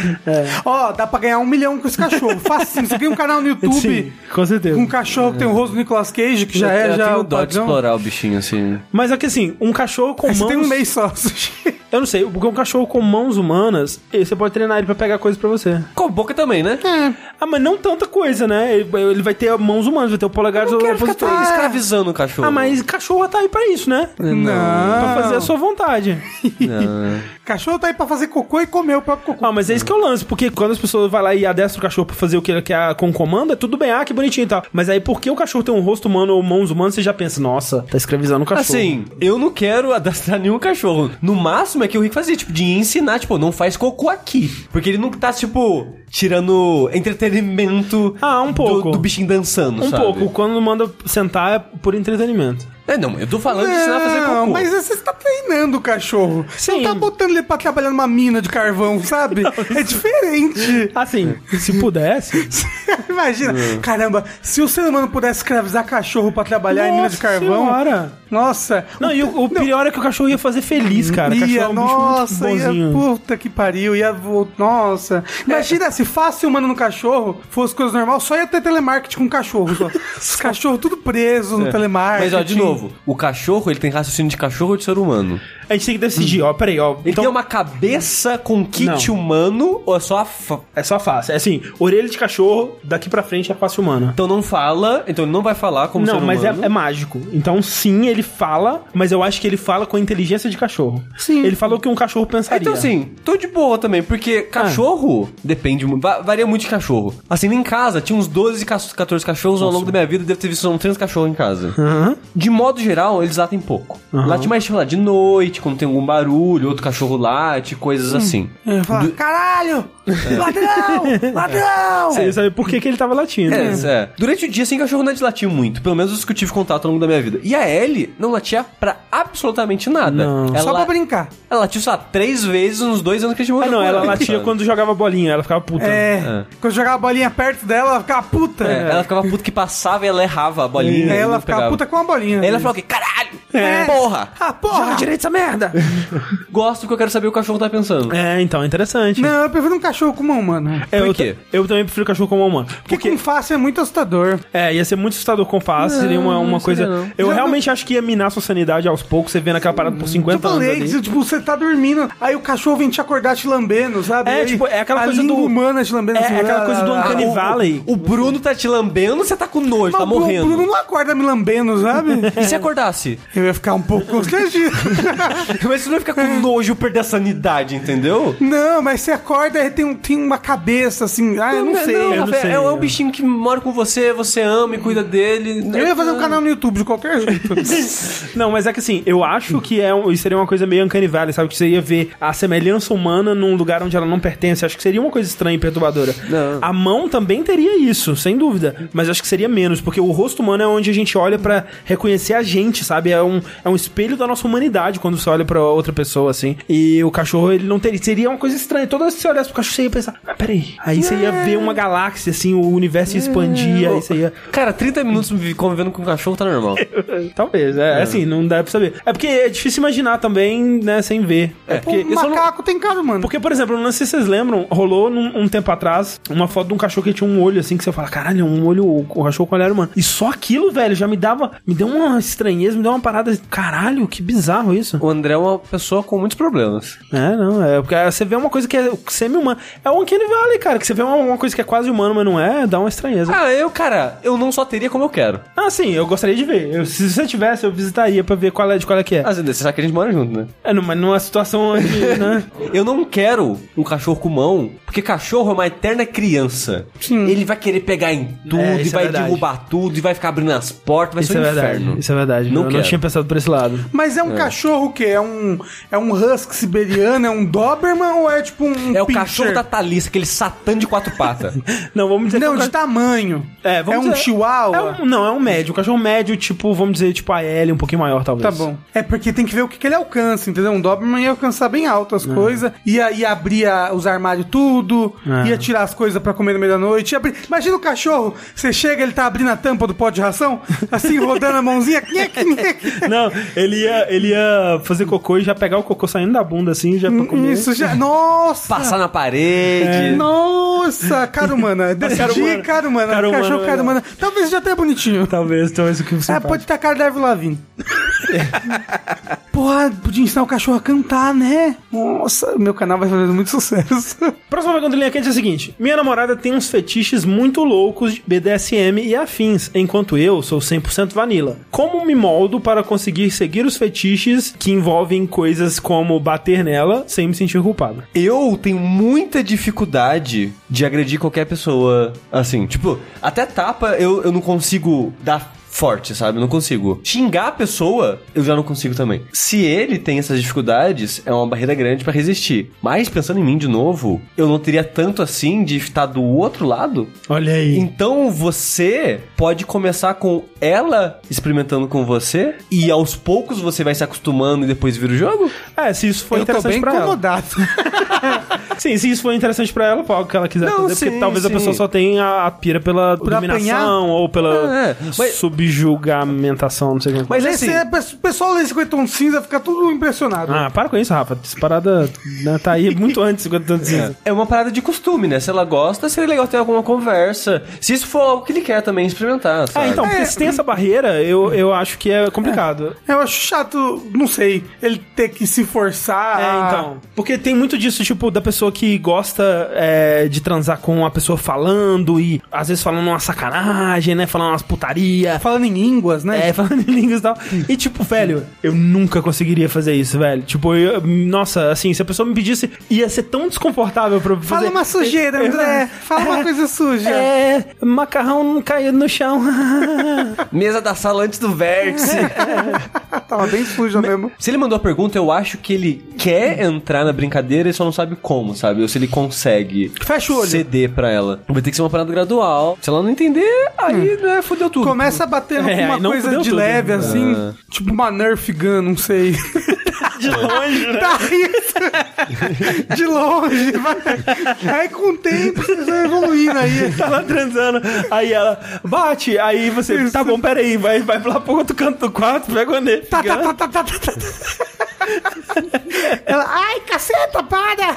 Ó, dá pra ganhar um milhão com esse cachorro. Facinho, você cria um canal no YouTube Sim, com certeza. com um cachorro que tem o rosto do Nicolas Cage, que já é eu já tenho o dó de padrão. explorar o bichinho assim. Mas é que assim, um cachorro com Aí você mãos... tem um mês só. Sushi. Eu não sei, porque um cachorro com mãos humanas, eh, você pode treinar ele pra pegar coisa pra você. Com a boca também, né? Ah, mas não tanta coisa, né? Ele, ele vai ter mãos humanas, vai ter o polegar Eu não quero ficar opositor. tá escravizando o cachorro. Ah, mas cachorro tá aí pra isso, né? Não. Pra fazer a sua vontade. Cachorro tá aí pra fazer cocô e comer o próprio cocô. Ah, mas é isso que é o lance, porque quando as pessoas vão lá e adestram o cachorro pra fazer o que ele quer com comando, é tudo bem, ah, que bonitinho e tal. Mas aí, porque o cachorro tem um rosto humano ou mãos humanas, você já pensa, nossa, tá escravizando o cachorro. Assim, eu não quero adestrar nenhum cachorro. No máximo é que o Rick fazia, tipo, de ensinar, tipo, não faz cocô aqui. Porque ele não tá, tipo, tirando entretenimento Ah, um pouco. do, do bichinho dançando, Um sabe? pouco, quando manda sentar é por entretenimento. É, não, eu tô falando de ensinar a fazer Não, cocô. mas você está treinando o cachorro. Você Sim. não tá botando ele pra trabalhar numa mina de carvão, sabe? É diferente. Assim, se pudesse... Imagina, caramba, se o ser humano pudesse escravizar cachorro pra trabalhar em mina de Nossa carvão. senhora. Nossa. Não, e o, o pior é que o cachorro ia fazer feliz, cara. O cachorro Ia, é um bicho nossa, muito ia, bonzinho. puta que pariu, ia, vo- nossa. Imagina se fácil humano no cachorro fosse coisa normal, só ia ter telemarketing com cachorro. Só. Os cachorros tudo preso no telemarketing. Mas, ó, de novo, o cachorro, ele tem raciocínio de cachorro ou de ser humano? A gente tem que decidir, ó, peraí, ó. Ele Então, tem uma cabeça com kit Não. humano ou é só a... Fa... é só face. É assim, orelha de cachorro, daqui pra frente é face humana. Então não fala, então ele não vai falar como ser Não, humano. mas é, é mágico. Então, sim, ele fala, mas eu acho que ele fala com a inteligência de cachorro. Sim. Ele falou que um cachorro pensaria. Então, assim, tô de boa também, porque cachorro depende muito, va- varia muito de cachorro. Assim, em casa, tinha uns doze, catorze cachorros ao longo da minha vida, devo ter visto uns trinta cachorros em casa. Aham. De modo geral, eles latem pouco. Aham. Late mais, tipo, lá, de noite, quando tem algum barulho, outro cachorro late, coisas assim. É, fala, caralho! Ladrão! Ladrão! Você sabe por que, que ele tava latindo. É, é. Durante o dia, assim, cachorro não é de latir muito. Pelo menos os que eu tive contato ao longo da minha vida. E a Ellie não latia pra absolutamente nada. Não. Ela, Só pra brincar. ela latiu, sei lá, três vezes nos dois anos que a gente Ah, morou não, com ela latia sabe? quando jogava bolinha, ela ficava puta. É, quando jogava a bolinha perto dela, ela ficava puta. É, ela ficava puta que passava e ela errava a bolinha. Aí e ela não ficava pegava. puta com a bolinha. Aí ela falou o quê? Caralho! É. Porra! Ah, porra! Joga direito essa merda! Gosto porque eu quero saber o que o cachorro tá pensando. É, então, é interessante. Não, eu prefiro um cachorro com mão humana. É, Por eu, quê? eu também prefiro cachorro com mão humana. Porque, porque com face é muito assustador. É, ia ser muito assustador com face, não, seria uma, uma não coisa... seria não. Eu Já realmente não... acho que ia minar sua sanidade aos poucos, você vendo aquela parada por cinquenta Eu falei, anos ali. tipo, você tá dormindo, aí o cachorro vem te acordar te lambendo, sabe? É, Aí, tipo, é aquela a coisa língua do... humana te lambendo. É, assim, é aquela lá, coisa lá, do lá. Uncanny o- Valley. O Bruno tá te lambendo, você tá com nojo, tá Mas o morrendo. Bruno não acorda me lambendo, sabe? E se acordasse? Eu ia ficar um pouco constrangido. Mas você não ia ficar com nojo perder a sanidade, entendeu? Não, mas você acorda e tem, um- tem uma cabeça assim, ah, eu não, sei. Não, eu não Rafael, sei. é um bichinho que mora com você, você ama e cuida dele. Eu ia fazer um canal no YouTube de qualquer jeito. Não, mas é que assim, eu acho que é um, isso seria uma coisa meio Uncanny Valley, sabe? Que você ia ver a semelhança humana num lugar onde ela não pertence. Acho que seria uma coisa estranha e perturbadora. Não. A mão também teria isso, sem dúvida. Mas acho que seria menos, porque o rosto humano é onde a gente olha pra reconhecer a gente, sabe? É um, é um espelho da nossa humanidade quando você olha pra outra pessoa, assim. E o cachorro, ele não teria... Seria uma coisa estranha. Toda vez que você olhasse pro cachorro, você ia pensar, ah, peraí. Aí você ia ver uma galáxia, assim, o universo ia expandir, aí você ia... Cara, trinta minutos convivendo com o cachorro tá normal. Talvez, é, é assim, não dá pra saber. É porque é difícil imaginar também, né, sem ver. É, porque... O eu só não- macaco tem cara, mano. Porque, por exemplo, não sei se vocês lembram, rolou num, um tempo atrás uma foto de um cachorro que tinha um olho assim, que você fala, caralho, um olho, o cachorro com olhar humano. E só aquilo, velho, já me dava, me deu uma estranheza, me deu uma parada, caralho, que bizarro isso. O André é uma pessoa com muitos problemas. É, não, é, porque você vê uma coisa que é semi-humana. É o Uncanny Valley, cara, que você vê uma, uma coisa que é quase humana, mas não é, dá uma estranheza. Ah, eu, cara, eu não só teria como eu quero. Ah, sim, eu gostaria de ver. Eu, se você tivesse, eu visitaria pra ver qual é, de qual é que é. Ah, você sabe que a gente mora junto, né? É, não, mas numa situação onde, né? Eu não quero um cachorro com mão, porque cachorro é uma eterna criança. Sim. Ele vai querer pegar em tudo, É, e isso é vai verdade. derrubar tudo, e vai ficar abrindo as portas, vai Isso ser é um verdade, inferno. isso é verdade. Não eu não quero. tinha pensado por esse lado. Mas é um cachorro que é um é um husky siberiano, é um Doberman ou é tipo um É o pincher? cachorro da Thalissa, aquele satã de quatro patas. Não, vamos dizer Não, que é um de tamanho. É, vamos é um dizer- chihuahua. É um- não, é um médio. Um cachorro médio, tipo, vamos dizer, tipo a Ellie, um pouquinho maior, talvez. Tá bom. É porque tem que ver o que, que ele alcança, entendeu? Um Doberman ia alcançar bem alto as coisas, ia, ia abrir a- os armários tudo, É. ia tirar as coisas pra comer no meio da noite. ia abrir- Imagina o cachorro, você chega, ele tá abrindo a tampa do pó de ração, assim, rodando a mãozinha. nhec, nhec. Não, ele ia, ele ia fazer cocô e já pegar o cocô saindo da bunda, assim, já pra comer. Isso já. Nossa! Passar na parede. Nossa, cara humana. Decidir, Cara humana. cara humana. Cara humana, Cachorro, cara legal. humana. Talvez já até bonitinho. Talvez, talvez o que você Ah, pode estar cara da Avril Lavigne. Porra, podia ensinar o cachorro a cantar, né? Nossa, meu canal vai fazer muito sucesso. Próxima pergunta em linha quente é a seguinte: minha namorada tem uns fetiches muito loucos de B D S M e afins, enquanto eu sou cem por cento vanilla. Como me moldo para conseguir seguir os fetiches que envolvem coisas como bater nela sem me sentir culpado? Eu tenho muita dificuldade de agredir qualquer pessoa assim. Tipo, até tapa eu, eu não consigo dar forte, sabe? Eu não consigo. Xingar a pessoa, eu já não consigo também. Se ele tem essas dificuldades, é uma barreira grande pra resistir. Mas, pensando em mim de novo, eu não teria tanto assim de estar do outro lado. Olha aí. Então, você pode começar com ela experimentando com você e aos poucos você vai se acostumando e depois vira o jogo? É, se isso for Eu tô interessante bem pra ela. incomodado. Sim, se isso for interessante pra ela, foi algo que ela quiser Não, fazer, porque sim, talvez a sim. pessoa só tenha a pira pela Por apanhar? dominação ou pela É, mas- subjugamentação, não sei o que. Mas Mas assim, esse, o pessoal lê cinquenta tons cinza fica tudo impressionado. Ah, para com isso, Rafa. Essa parada, né, tá aí muito antes de cinquenta tons de cinza. é uma parada de costume, né? Se ela gosta, seria legal ter alguma conversa. Se isso for algo que ele quer também experimentar, Ah, sabe? então, porque É. se tem essa barreira, eu, eu acho que é complicado. Eu acho chato, não sei, ele ter que se forçar. É, a- então. Porque tem muito disso, tipo, da pessoa que gosta é, de transar com a pessoa falando e às vezes falando uma sacanagem, né? Falando umas putaria. Falando em línguas, né? É, falando em línguas e tal. E, tipo, velho, eu nunca conseguiria fazer isso, velho. Tipo, eu, nossa, assim, se a pessoa me pedisse, ia ser tão desconfortável pra eu fazer. Fala uma sujeira, André. Fala uma coisa suja. É, macarrão caiu no chão. Mesa da sala antes do vértice. Tava bem suja mesmo. Se ele mandou a pergunta, eu acho que ele quer entrar na brincadeira e só não sabe como, sabe? Ou se ele consegue Fecha o olho. ceder pra ela. Vai ter que ser uma parada gradual. Se ela não entender, aí, hum. né, fudeu tudo. Começa batendo É, com aí uma não coisa fudeu de tudo. leve, assim. Ah. Tipo uma Nerf Gun, não sei. De longe, né? Tá isso. De longe. Vai. Aí com o tempo vocês vão evoluindo aí. Tá lá transando, aí ela bate, aí você, Isso. tá bom, peraí, vai, vai lá pro outro canto do quarto, pega o Nerf Tá, tá, Gun. tá, tá, tá, tá, tá. Ela, ai, caceta, para!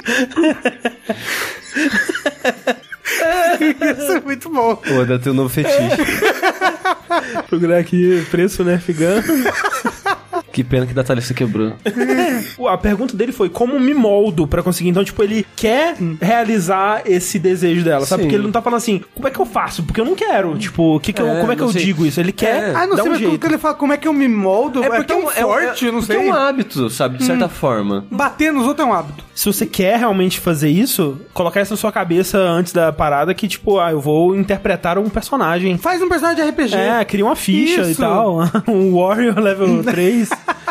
Isso é muito bom. Pô, deve ter um novo fetiche. Procurar aqui, preço Nerf Gun. Que pena que da Thalissa quebrou. A pergunta dele foi, como me moldo pra conseguir? Então, tipo, ele quer realizar esse desejo dela, sabe? Sim. Porque ele não tá falando assim, como é que eu faço? Porque eu não quero. Tipo, que que eu, É, como é que não eu sei. digo isso? Ele quer É. Ah, não dar sei, um mas jeito. quando ele fala como é que eu me moldo, é, tão é, forte, é, eu não porque sei. é um hábito, sabe? De certa forma. Bater nos outros é um hábito. Se você quer realmente fazer isso, colocar isso na sua cabeça antes da parada que, tipo, ah, eu vou interpretar um personagem. Faz um personagem de R P G. É, cria uma ficha Isso. e tal. Um Warrior level três.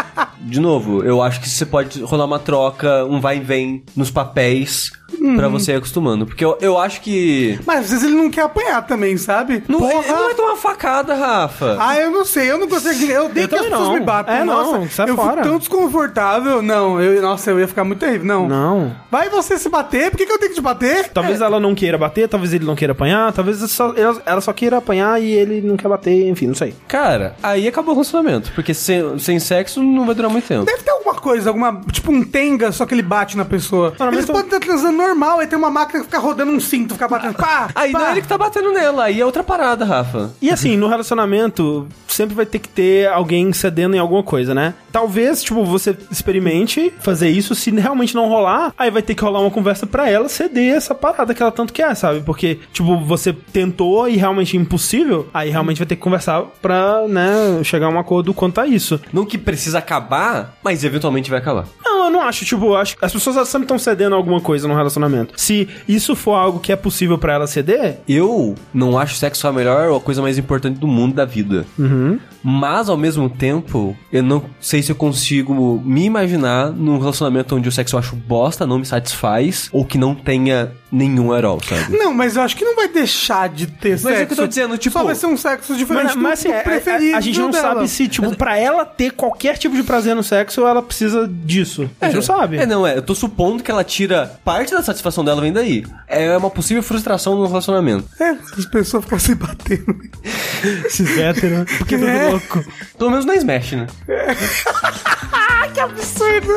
De novo, eu acho que você pode rolar uma troca, um vai e vem nos papéis Uhum. pra você ir acostumando. Porque eu, eu acho que... Mas às vezes ele não quer apanhar também, sabe? Não, Porra. é, não é tomar facada, Rafa. Ah, eu não sei, eu não consigo. Eu odeio Eu que as também pessoas não. me batam. É, nossa, não, sai eu fora. fico tão desconfortável. Não, eu, nossa, eu ia ficar muito terrível. Não. Não. Vai você se bater, por que, que eu tenho que te bater? Talvez ela não queira bater, talvez ele não queira apanhar, talvez só- ela, ela só queira apanhar e ele não quer bater, enfim, não sei. Cara, aí acabou o relacionamento. Porque sem, sem sexo não vai durar muito tempo. Deve ter alguma coisa, alguma. Tipo um Tenga, só que ele bate na pessoa. Não, mas Eles eu- podem estar transando normal, aí tem uma máquina que fica rodando um cinto, fica batendo. Pá! Aí pá. não é ele que tá batendo nela, aí é outra parada, Rafa. E assim, no relacionamento, sempre vai ter que ter alguém cedendo em alguma coisa, né? Talvez, tipo, você experimente fazer isso, se realmente não rolar, aí vai ter que rolar uma conversa pra ela ceder essa parada que ela tanto quer, sabe? Porque, tipo, você tentou e realmente é impossível, aí realmente vai ter que conversar pra, né, chegar a um acordo quanto a isso. Não que precisa acabar, mas eventualmente vai acabar. Não, eu não acho, tipo, eu acho que as pessoas sempre estão cedendo alguma coisa no relacionamento. Se isso for algo que é possível pra ela ceder, Eu não acho sexo a melhor ou a coisa mais importante do mundo da vida. uhum. Mas, ao mesmo tempo, eu não sei se eu consigo me imaginar num relacionamento onde o sexo eu acho bosta, não me satisfaz, ou que não tenha nenhum at all, sabe? Não, mas eu acho que não vai deixar de ter Mas sexo. é o que eu tô dizendo, tipo... Só vai ser um sexo diferente Mas, mas do, assim, do é- preferido a, a gente não dela. sabe se, tipo, pra ela ter qualquer tipo de prazer no sexo, ela precisa disso. A gente não sabe. É, não, é. Eu tô supondo que ela tira... Parte da satisfação dela vem daí. É uma possível frustração no relacionamento. É, as pessoas ficam se batendo. Esses héteros. Porque tudo É. louco. Pelo menos na Smash, né? Que absurdo!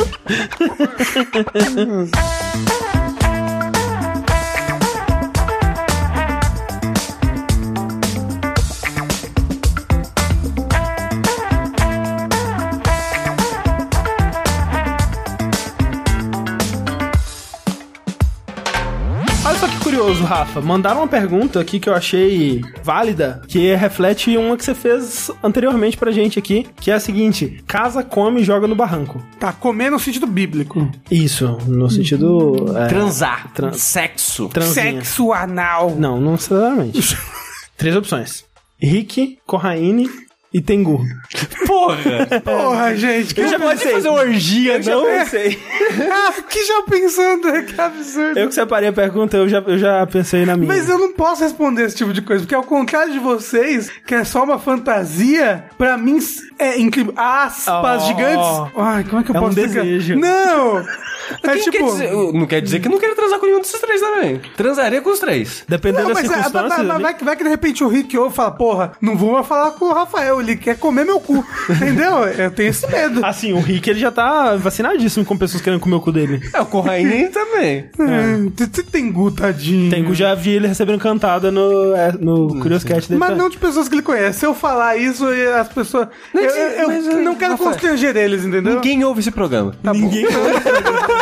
Olha só que curioso, Rafa. Mandaram uma pergunta aqui que eu achei válida, que reflete uma que você fez anteriormente pra gente aqui, que é a seguinte: casa, come e joga no barranco. Tá, comer no sentido bíblico. Isso, no sentido... É, Transar. Tran- Sexo. transinha. Sexo anal. Não, não necessariamente. Três opções: Rick, Corraine e Tengu. Porra! Porra, gente. Que Eu já absurdo. pensei. fazer orgia, já não pensei. Ah, que já pensando, que absurdo. Eu que separei a pergunta, eu já, eu já pensei na minha. Mas eu não posso responder esse tipo de coisa, porque ao contrário de vocês, que é só uma fantasia, pra mim é incrível. Aspas Oh. gigantes. Ai, como é que eu É um posso explicar? desejo. Não! É Quem tipo... quer dizer- não quer dizer que não quero transar com nenhum desses três também. Transaria com os três. Dependendo Não, das mas é, circunstâncias... vai, vai, ali- vai, que- vai que de repente o Rick ouve e fala, porra, não vou mais falar com o Rafael, ele quer comer meu cu. Entendeu? Eu tenho esse medo. Assim, o Rick, ele já tá vacinadíssimo com pessoas querendo comer o cu dele. É, o Corraine também. É. Você tem gu, tadinho. Tengu já vi ele recebendo cantada no, é, no Curious Cat dele. Mas não de pessoas que ele conhece. Se eu falar isso, as pessoas... Não, eu eu- eu mas, não quero Rafael, constranger eles, entendeu? Ninguém ouve esse programa. Tá bom. Ninguém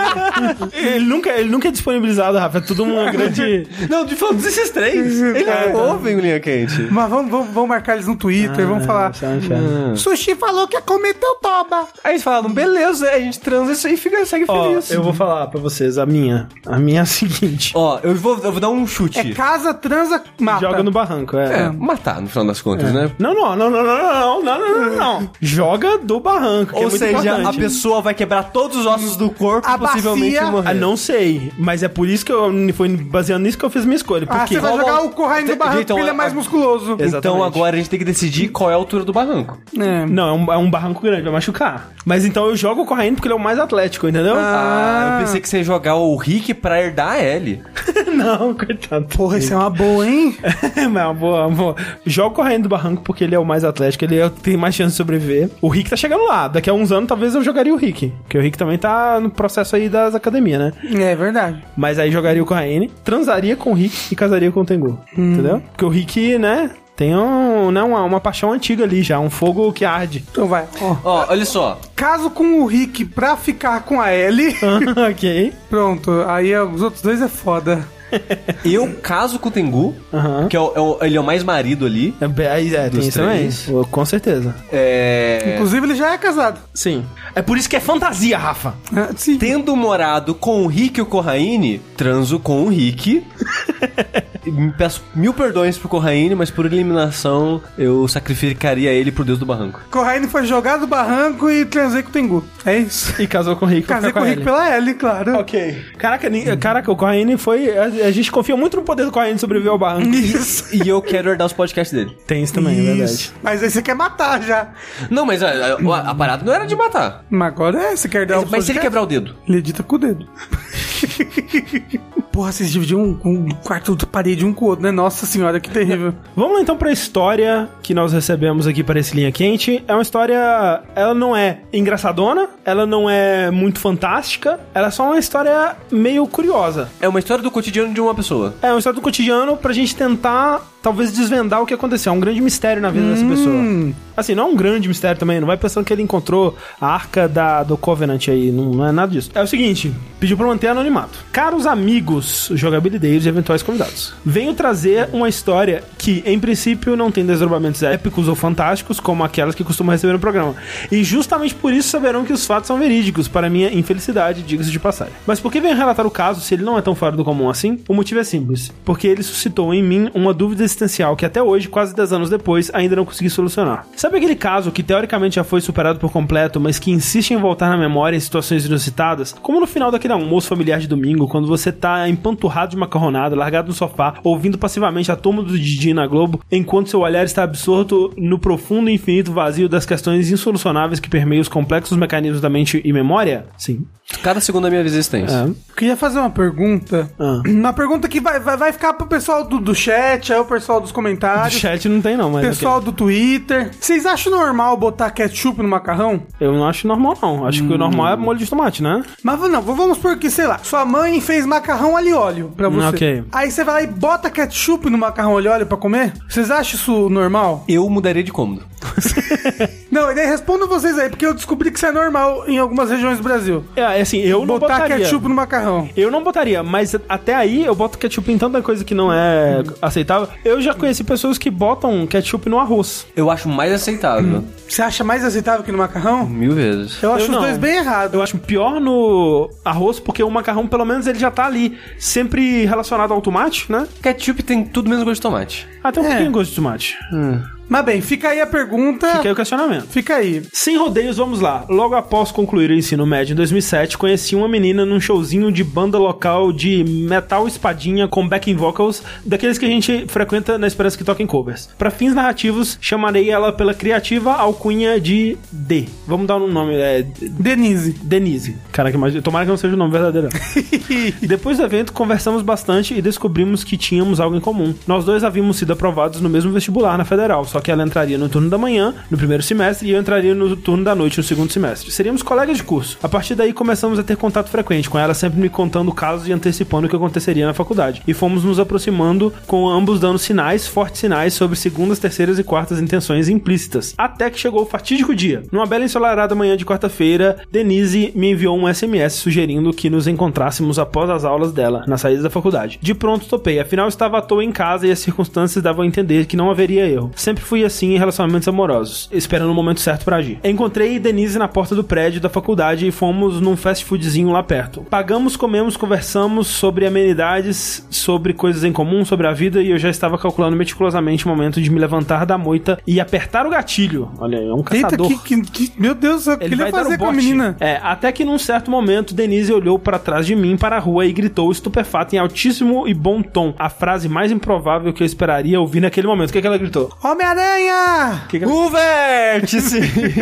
ele, nunca, ele nunca é disponibilizado, Rafa. É tudo uma grande... Não, de falando desses três. Ele É. não ouvem o Linha Quente. Mas vamos, vamos, vamos marcar eles no Twitter, vamos falar. Ah. Sushi falou que ia comer teu toba. Aí eles falam, beleza, a gente transa isso aí e fica, segue Ó, feliz. eu vou falar pra vocês a minha. A minha é a seguinte. Ó, eu vou, eu vou dar um chute. É casa, transa, mata. Joga no barranco, é. É, matar, no final das contas, né? Não, não, não, não, não, não, não, não, não, não. Joga do barranco, que Ou é muito seja, importante. a pessoa vai quebrar todos os ossos do corpo A e possivelmente bacia- morrer. Ah, não sei, mas é por isso que eu foi baseando nisso que eu fiz minha escolha. Ah, Porque você vai Qual- jogar o Corraine do Tem- barranco então, porque ele é a- mais musculoso. Exato. Então Exatamente. agora a gente tem que decidir qual é a altura do barranco. É. não, é um, é um barranco grande, vai machucar. Mas então eu jogo o Corraine porque ele é o mais atlético, entendeu? Ah, eu pensei que você ia jogar o Rick pra herdar a Ellie. não, coitado. Porra, isso é uma boa, hein? Mas é uma boa, uma boa. Joga o Corraine do barranco porque ele é o mais atlético, ele é- tem mais chance de sobreviver. O Rick tá chegando lá. Daqui a uns anos talvez eu jogaria o Rick. Porque o Rick também tá no processo aí das academias, né? É verdade. Mas aí jogaria o Corraine, transaria com o Rick e casaria com o Tengu. Entendeu? Porque o Rick, né, tem um, né, uma, uma paixão antiga ali já, um fogo que arde. Então vai. Ó. Ó, olha só. Caso com o Rick pra ficar com a Ellie. ok. Pronto, aí os outros dois é foda. Eu caso com o Tengu, Aham. que é o, é o- ele é o mais marido ali. É, be- aí, é, tem Dos isso também. três. Pô, com certeza. É... Inclusive, ele já é casado. Sim. É por isso que é fantasia, Rafa. Ah, sim. Tendo morado com o Rick e o Corraine, transo com o Rick. E me peço mil perdões pro Corraine, mas por eliminação eu sacrificaria ele pro Deus do barranco. Corraine foi jogado do barranco e transei com o Tengu. É isso. E casou com o Rick. pra Casei ficar com o com Rick ele. pela Ellie, claro. Ok. Caraca, ni- caraca, o Corraine foi... A, a gente confia muito no poder do Corraine sobreviver ao barranco. Isso. E eu quero herdar os podcasts dele. Tem isso também, é verdade. Isso. Mas aí você quer matar já. Não, mas a, a, a parada não era de matar. Mas agora é, você quer dar o Mas se ele quebrar o dedo? Ele edita com o dedo. Porra, vocês dividiam um, um quarto de parede um com o outro, né? Nossa senhora, que terrível. Vamos lá então pra história que nós recebemos aqui para esse Linha Quente. É uma história... Ela não é engraçadona, ela não é muito fantástica, ela é só uma história meio curiosa. É uma história do cotidiano de uma pessoa. É uma história do cotidiano pra gente tentar, talvez, desvendar o que aconteceu. É um grande mistério na vida dessa pessoa. Assim, não é um grande mistério também, não vai pensando que ele encontrou a arca da, do Covenant aí, não, não é nada disso. É o seguinte, pediu pra manter anonimato. Caros amigos, jogabilideiros e eventuais convidados, venho trazer uma história que, em princípio, não tem desdobramentos épicos ou fantásticos, como aquelas que costumam receber no programa. E justamente por isso saberão que os fatos são verídicos, para minha infelicidade, diga-se de passagem. Mas por que venho relatar o caso se ele não é tão fora do comum assim? O motivo é simples, porque ele suscitou em mim uma dúvida existencial que até hoje, quase dez anos depois, ainda não consegui solucionar. Sabe aquele caso que teoricamente já foi superado por completo, mas que insiste em voltar na memória em situações inusitadas? Como no final daquele almoço familiar de domingo, quando você tá empanturrado de macarronada, largado no sofá, ouvindo passivamente a turma do Didi na Globo, enquanto seu olhar está absorto no profundo e infinito vazio das questões insolucionáveis que permeiam os complexos mecanismos da mente e memória? Sim. Cada segundo da minha existência. É. Eu queria fazer uma pergunta. Ah. Uma pergunta que vai, vai, vai ficar pro pessoal do, do chat, aí o pessoal dos Do comentários, chat não tem não, mas... pessoal do Twitter. Vocês acham normal botar ketchup no macarrão? ok. Eu não acho normal não. Acho que o normal é molho de tomate, né? Mas não, vamos por que, sei lá, sua mãe fez macarrão alho e óleo pra você. Ok. Aí você vai lá e bota ketchup no macarrão alho e óleo pra comer? Vocês acham isso normal? Eu mudaria de cômodo. Não, e daí respondam vocês aí, porque eu descobri que isso é normal em algumas regiões do Brasil. É, assim, eu não Botar botaria. ketchup no macarrão. Eu não botaria, mas até aí eu boto ketchup em tanta coisa que não é aceitável. Eu já conheci pessoas que botam ketchup no arroz. Eu acho mais aceitável. Você acha mais aceitável que no macarrão? Mil vezes. Eu acho Eu os não. dois bem errados. Eu acho pior no arroz, porque o macarrão, pelo menos, ele já tá ali, sempre relacionado ao tomate, né? Ketchup tem tudo menos gosto de tomate. Até um É. pouquinho de gosto de tomate. Mas bem, fica aí a pergunta. Fica aí o questionamento. Fica aí. Sem rodeios, vamos lá. Logo após concluir o ensino médio em dois mil e sete, conheci uma menina num showzinho de banda local de metal espadinha com backing vocals, daqueles que a gente frequenta na esperança que toquem covers. Para fins narrativos, chamarei ela pela criativa alcunha de D. Vamos dar um nome, é... Denise. Denise. Caraca, mas tomara que não seja o nome verdadeiro. Depois do evento, conversamos bastante e descobrimos que tínhamos algo em comum. Nós dois havíamos sido aprovados no mesmo vestibular na Federal, só só que ela entraria no turno da manhã, no primeiro semestre, e eu entraria no turno da noite, no segundo semestre. Seríamos colegas de curso. A partir daí, começamos a ter contato frequente, com ela sempre me contando casos e antecipando o que aconteceria na faculdade. E fomos nos aproximando, com ambos dando sinais, fortes sinais, sobre segundas, terceiras e quartas intenções implícitas. Até que chegou o fatídico dia. Numa bela ensolarada manhã de quarta-feira, Denise me enviou um S M S sugerindo que nos encontrássemos após as aulas dela, na saída da faculdade. De pronto topei, afinal estava à toa em casa e as circunstâncias davam a entender que não haveria erro. Sempre fui assim em relacionamentos amorosos, esperando o momento certo pra agir. Encontrei Denise na porta do prédio da faculdade e fomos num fast foodzinho lá perto. Pagamos, comemos, conversamos sobre amenidades, sobre coisas em comum, sobre a vida, e eu já estava calculando meticulosamente o momento de me levantar da moita e apertar o gatilho. Olha, é um caçador. Eita, que, que, que, meu Deus, o que ele vai fazer com a menina? É, até que num certo momento, Denise olhou para trás de mim, para a rua, e gritou estupefata em altíssimo e bom tom, a frase mais improvável que eu esperaria ouvir naquele momento. O que, é que ela gritou? Homem-Aranha! Que que ela... O vértice!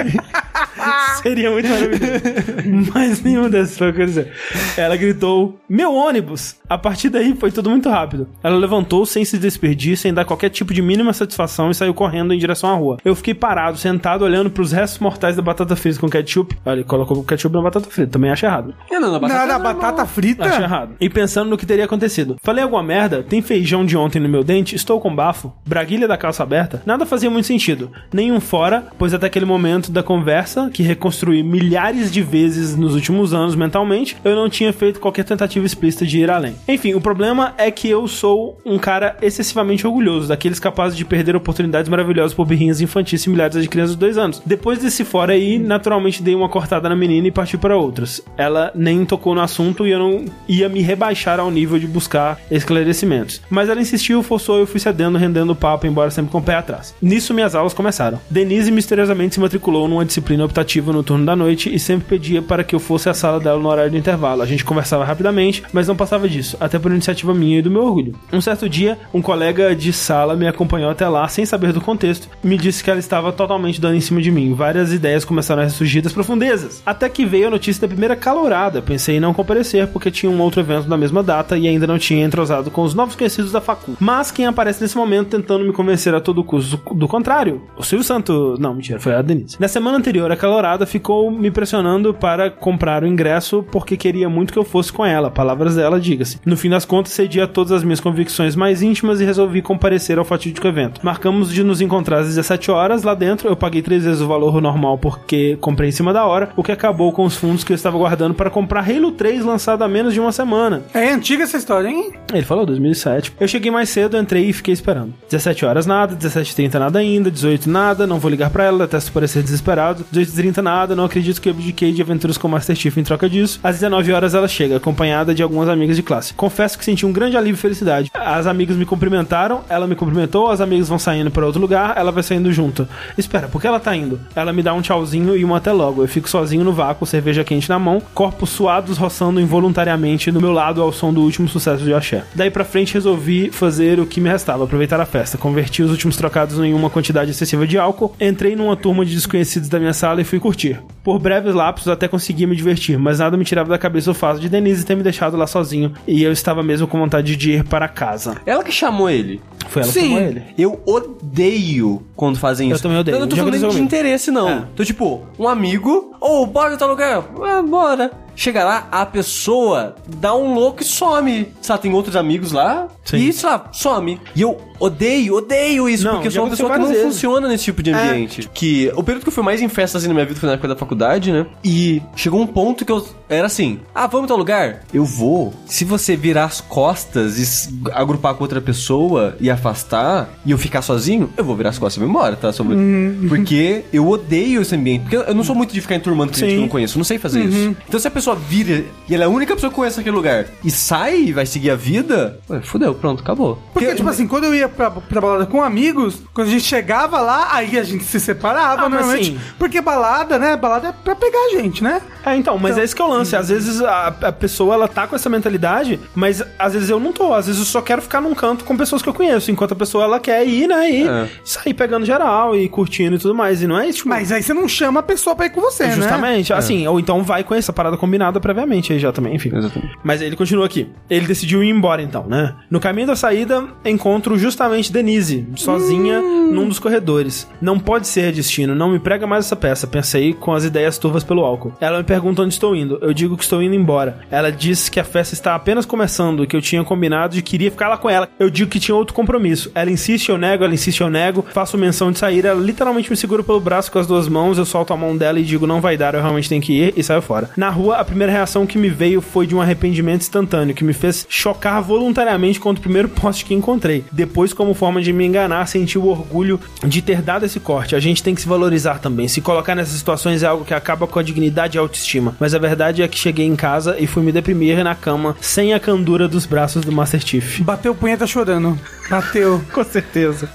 Seria muito maravilhoso. Mas nenhum desses foi o que eu dizer. Ela gritou, meu ônibus! A partir daí foi tudo muito rápido. Ela levantou sem se despedir, sem dar qualquer tipo de mínima satisfação e saiu correndo em direção à rua. Eu fiquei parado, sentado, olhando pros restos mortais da batata frita com ketchup. Olha, ele colocou ketchup na batata frita, também acho errado. É, não, na batata, não, na batata frita? Acho errado. E pensando no que teria acontecido. Falei alguma merda? Tem feijão de ontem no meu dente? Estou com bafo? Braguilha da calça aberta? Nada fazia muito sentido. Nenhum fora, pois até aquele momento da conversa, que reconstruí milhares de vezes nos últimos anos mentalmente, eu não tinha feito qualquer tentativa explícita de ir além. Enfim, o problema é que eu sou um cara excessivamente orgulhoso, daqueles capazes de perder oportunidades maravilhosas por birrinhas infantis similares às de crianças de dois anos. Depois desse fora aí, naturalmente dei uma cortada na menina e parti para outras. Ela nem tocou no assunto e eu não ia me rebaixar ao nível de buscar esclarecimentos. Mas ela insistiu, forçou e eu fui cedendo, rendendo o papo, embora sempre com o pé atrás. Nisso minhas aulas começaram. Denise misteriosamente se matriculou numa disciplina optativa no turno da noite e sempre pedia para que eu fosse à sala dela no horário do intervalo. A gente conversava rapidamente, mas não passava disso, até por iniciativa minha e do meu orgulho. Um certo dia, um colega de sala me acompanhou até lá, sem saber do contexto, e me disse que ela estava totalmente dando em cima de mim. Várias ideias começaram a ressurgir das profundezas. Até que veio a notícia da primeira calorada. Pensei em não comparecer, porque tinha um outro evento na mesma data e ainda não tinha entrosado com os novos conhecidos da facul. Mas quem aparece nesse momento tentando me convencer a todo custo do contrário? O Silvio Santos... Não, mentira, foi a Denise. Na semana anterior, a calorada ficou me pressionando para comprar o ingresso porque queria muito que eu fosse com ela. Palavras dela, diga-se. No fim das contas, cedi a todas as minhas convicções mais íntimas e resolvi comparecer ao fatídico evento. Marcamos de nos encontrar às dezessete horas lá dentro. Eu paguei três vezes o valor normal porque comprei em cima da hora, o que acabou com os fundos que eu estava guardando para comprar Halo três, lançado há menos de uma semana. É antiga essa história, hein? Ele falou, dois mil e sete. Eu cheguei mais cedo, entrei e fiquei esperando. dezessete horas nada, dezessete e trinta nada ainda, dezoito nada, não vou ligar pra ela, detesto parecer desesperado, dezoito e trinta nada, não acredito que eu abdiquei de aventuras com Master Chief em troca disso. Às dezenove horas ela chega, acompanhada de algumas amigas de classe. Confesso que senti um grande alívio e felicidade. As amigas me cumprimentaram, ela me cumprimentou, as amigas vão saindo para outro lugar, ela vai saindo junto. Espera, por que ela tá indo? Ela me dá um tchauzinho e um até logo. Eu fico sozinho no vácuo, cerveja quente na mão, corpos suados roçando involuntariamente no meu lado ao som do último sucesso de Axé. Daí pra frente resolvi fazer o que me restava, aproveitar a festa. Converti os últimos trocados em uma quantidade excessiva de álcool, entrei numa turma de desconhecidos da minha sala e fui curtir. Por breves lapsos até conseguia me divertir, mas nada me tirava da cabeça o fato de Denise ter me deixado lá sozinho e eu estava mesmo com vontade de ir para casa. Ela que chamou ele. Foi ela Sim. que chamou ele. Eu odeio quando fazem isso. Eu também odeio. Eu não tô Já falando de aconteceu comigo. interesse, não. É. Então, tipo, um amigo, ou oh, bora em tal lugar. Ah, bora. Chega lá, a pessoa dá um louco e some. Sabe, tem outros amigos lá. Sim. E, sei lá, some. E eu odeio, odeio isso, Não, porque eu já sou uma pessoa que não aconteceu várias vezes. funciona nesse tipo de ambiente. É. Que o período que eu fui mais em festa assim na minha vida foi na época da faculdade, né? E chegou um ponto que eu era assim: ah, vamos em tal lugar? Eu vou. Se você virar as costas e agrupar com outra pessoa e afastar, e eu ficar sozinho, eu vou virar as costas e vou embora, tá? Sobre... Uhum. Porque eu odeio esse ambiente. Porque eu não sou muito de ficar enturmando com gente que eu não conheço. Eu não sei fazer uhum. isso. Então se a pessoa vira e ela é a única pessoa que conhece aquele lugar e sai e vai seguir a vida, ué, fudeu, pronto, acabou. Porque, Porque tipo assim, quando eu ia pra, pra balada com amigos, quando a gente chegava lá, aí a gente se separava, Ah, mas normalmente. assim- Porque balada, né? Balada é pra pegar a gente, né? É, então, mas Então- é esse que é o lance. Às vezes a, a pessoa, ela tá com essa mentalidade, mas às vezes eu não tô. Às vezes eu só quero ficar num canto com pessoas que eu conheço, enquanto a pessoa, ela quer ir, né, e É. sair pegando geral e curtindo e tudo mais. E não é isso, tipo... Mas aí você não chama a pessoa pra ir com você, né? Justamente, assim, ou então vai com essa parada combinada combinada previamente aí já também, enfim. Exatamente. Mas ele continua aqui. Ele decidiu ir embora então, né? No caminho da saída, encontro justamente Denise, sozinha, hum. num dos corredores. Não pode ser destino, não me prega mais essa peça, pensei com as ideias turvas pelo álcool. Ela me pergunta onde estou indo. Eu digo que estou indo embora. Ela diz que a festa está apenas começando e que eu tinha combinado de que iria ficar lá com ela. Eu digo que tinha outro compromisso. Ela insiste, eu nego, ela insiste, eu nego. Faço menção de sair, ela literalmente me segura pelo braço com as duas mãos, eu solto a mão dela e digo, não vai dar, eu realmente tenho que ir, e saio fora. Na rua, a primeira reação que me veio foi de um arrependimento instantâneo, que me fez chocar voluntariamente contra o primeiro poste que encontrei. Depois, como forma de me enganar, senti o orgulho de ter dado esse corte. A gente tem que se valorizar também. Se colocar nessas situações é algo que acaba com a dignidade e a autoestima. Mas a verdade é que cheguei em casa e fui me deprimir na cama, sem a candura dos braços do Master Chief. Bateu o punheta chorando. Bateu. Com certeza.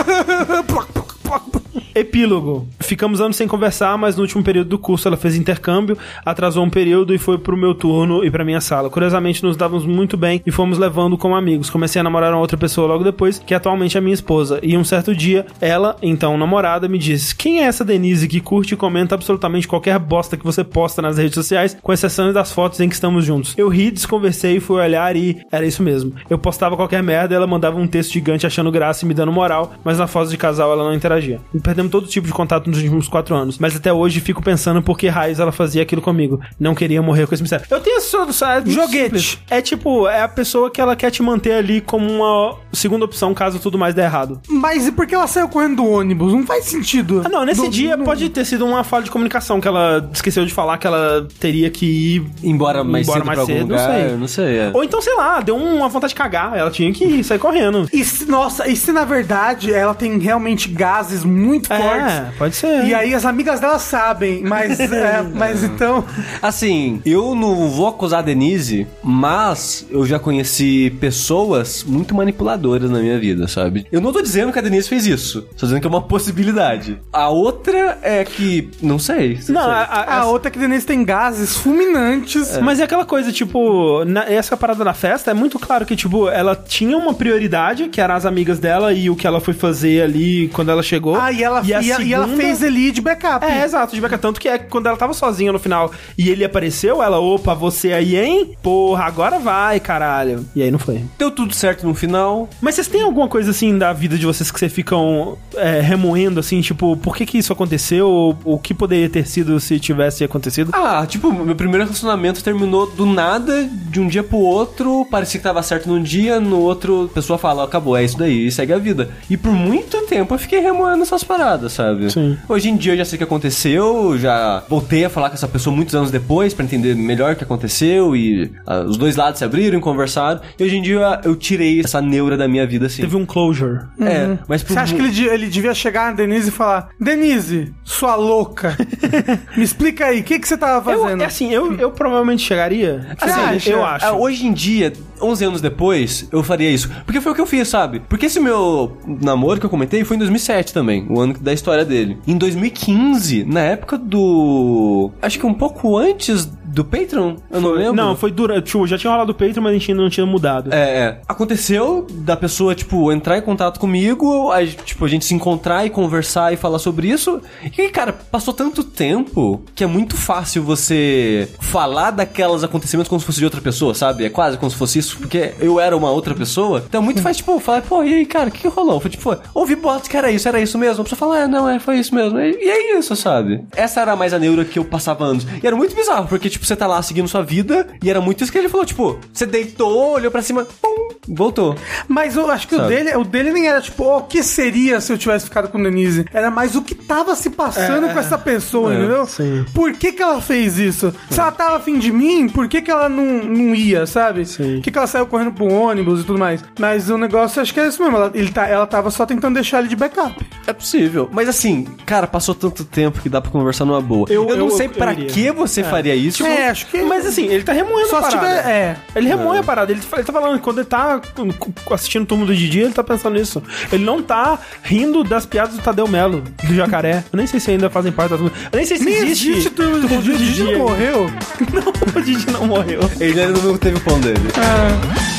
Epílogo. Ficamos anos sem conversar, mas no último período do curso ela fez intercâmbio, atrasou um período e foi pro meu turno e pra minha sala. Curiosamente, nos dávamos muito bem e fomos levando como amigos. Comecei a namorar uma outra pessoa logo depois, que atualmente é minha esposa. E um certo dia, ela, então namorada, me disse: quem é essa Denise que curte e comenta absolutamente qualquer bosta que você posta nas redes sociais, com exceção das fotos em que estamos juntos? Eu ri, desconversei, fui olhar e era isso mesmo. Eu postava qualquer merda e ela mandava um texto gigante achando graça e me dando moral, mas na foto de casal ela não interagia. Perdemos todo tipo de contato nos últimos quatro anos, mas até hoje fico pensando por que raios ela fazia aquilo comigo. Não queria morrer com esse mistério. Eu tenho essa solução, é joguete. Simples. É tipo, é a pessoa que ela quer te manter ali como uma segunda opção caso tudo mais der errado. Mas e por que ela saiu correndo do ônibus? Não faz sentido. Ah, não, nesse do, dia do... pode ter sido uma falha de comunicação, que ela esqueceu de falar que ela teria que ir embora mais embora cedo mais pra cedo, algum lugar, não sei. Não sei é. Ou então, sei lá, deu uma vontade de cagar, ela tinha que ir, sair correndo. E se, nossa, e se na verdade ela tem realmente gases muito é, fortes? É, pode ser. E aí as amigas dela sabem, mas, é, mas então... Assim, eu não vou acusar a Denise, mas eu já conheci pessoas muito manipuladoras na minha vida, sabe? Eu não tô dizendo que a Denise fez isso, tô dizendo que é uma possibilidade. A outra é que... Não sei. Não, sei. A, a, a outra é que a Denise tem gases fulminantes. É. Mas é aquela coisa, tipo... Na, essa parada na festa é muito claro que, tipo, ela tinha uma prioridade, que eram as amigas dela e o que ela foi fazer ali quando ela chegou. Ah, e ela, e a e, segunda... e ela fez ele de backup. É, exato, de backup. Tanto que é quando ela tava sozinha no final e ele apareceu, ela, opa, você aí, hein? Porra, agora vai, caralho. E aí não foi. Deu tudo certo no final. Mas vocês têm alguma coisa, assim, da vida de vocês que vocês ficam é, remoendo, assim, tipo, por que que isso aconteceu? O que poderia ter sido se tivesse acontecido? Ah, tipo, meu primeiro relacionamento terminou do nada, de um dia pro outro, parecia que tava certo num dia, no outro, a pessoa fala, acabou, é isso daí, e segue a vida. E por muito tempo eu fiquei remoendo essas paradas, sabe? Sim. Hoje em dia eu já sei o que aconteceu, já voltei a falar com essa pessoa muitos anos depois pra entender melhor o que aconteceu e ah, os dois lados se abriram e conversaram. E hoje em dia eu tirei essa neura da minha vida, assim. Teve um closure. É, uhum. mas... Você acha que ele, ele devia chegar na Denise e falar: Denise, sua louca, me explica aí, o que que você tava fazendo? Eu, assim, eu, eu provavelmente chegaria. Você assim, acha? Eu acho. Hoje em dia, onze anos depois, eu faria isso. Porque foi o que eu fiz, sabe? Porque esse meu namoro que eu comentei foi em dois mil e sete também, o ano da história dele. Em dois mil e quinze, na época do... Acho que um pouco antes do Patreon, eu não lembro. Não, foi durante... Tipo, já tinha rolado o Patreon, mas a gente ainda não tinha mudado. É, é. Aconteceu da pessoa, tipo, entrar em contato comigo, a, tipo, a gente se encontrar e conversar e falar sobre isso. E, cara, passou tanto tempo que é muito fácil você falar daquelas acontecimentos como se fosse de outra pessoa, sabe? É quase como se fosse isso, porque eu era uma outra pessoa. Então é muito fácil, tipo, falar, pô, e aí, cara, o que, que rolou? Foi tipo, ouvi boatos que era isso, era isso mesmo. A pessoa fala, é, não, é, foi isso mesmo. E é isso, sabe? Essa era mais a neura que eu passava anos. E era muito bizarro, porque, tipo, você tá lá seguindo sua vida, e era muito isso que ele falou, tipo, você deitou, olhou pra cima, pum, voltou. Mas eu acho que o dele, o dele nem era, tipo, oh, o que seria se eu tivesse ficado com Denise? Era mais o que tava se passando é, com essa pessoa, é, entendeu? Sim. Por que que ela fez isso? É. Se ela tava afim de mim, por que que ela não, não ia, sabe? Sim. Por que que ela saiu correndo pro ônibus e tudo mais? Mas o negócio, acho que é isso mesmo, ela, ele tá, ela tava só tentando deixar ele de backup. É possível. Mas assim, cara, passou tanto tempo que dá pra conversar numa boa. Eu, eu não eu, sei eu, pra eu que você é. faria isso. É, acho que... Mas assim, ele tá remoendo só a parada. Tiver, é. Ele remoe é. a parada. Ele, ele tá falando que quando ele tá assistindo o Turma do Didi, ele tá pensando nisso. Ele não tá rindo das piadas do Tadeu Melo, do Jacaré. Eu nem sei se ainda fazem parte da Turma. Eu nem sei se nem existe. existe Turma do Didi. O Didi não morreu? Não, o Didi não morreu. Ele ainda não teve o pão dele. É.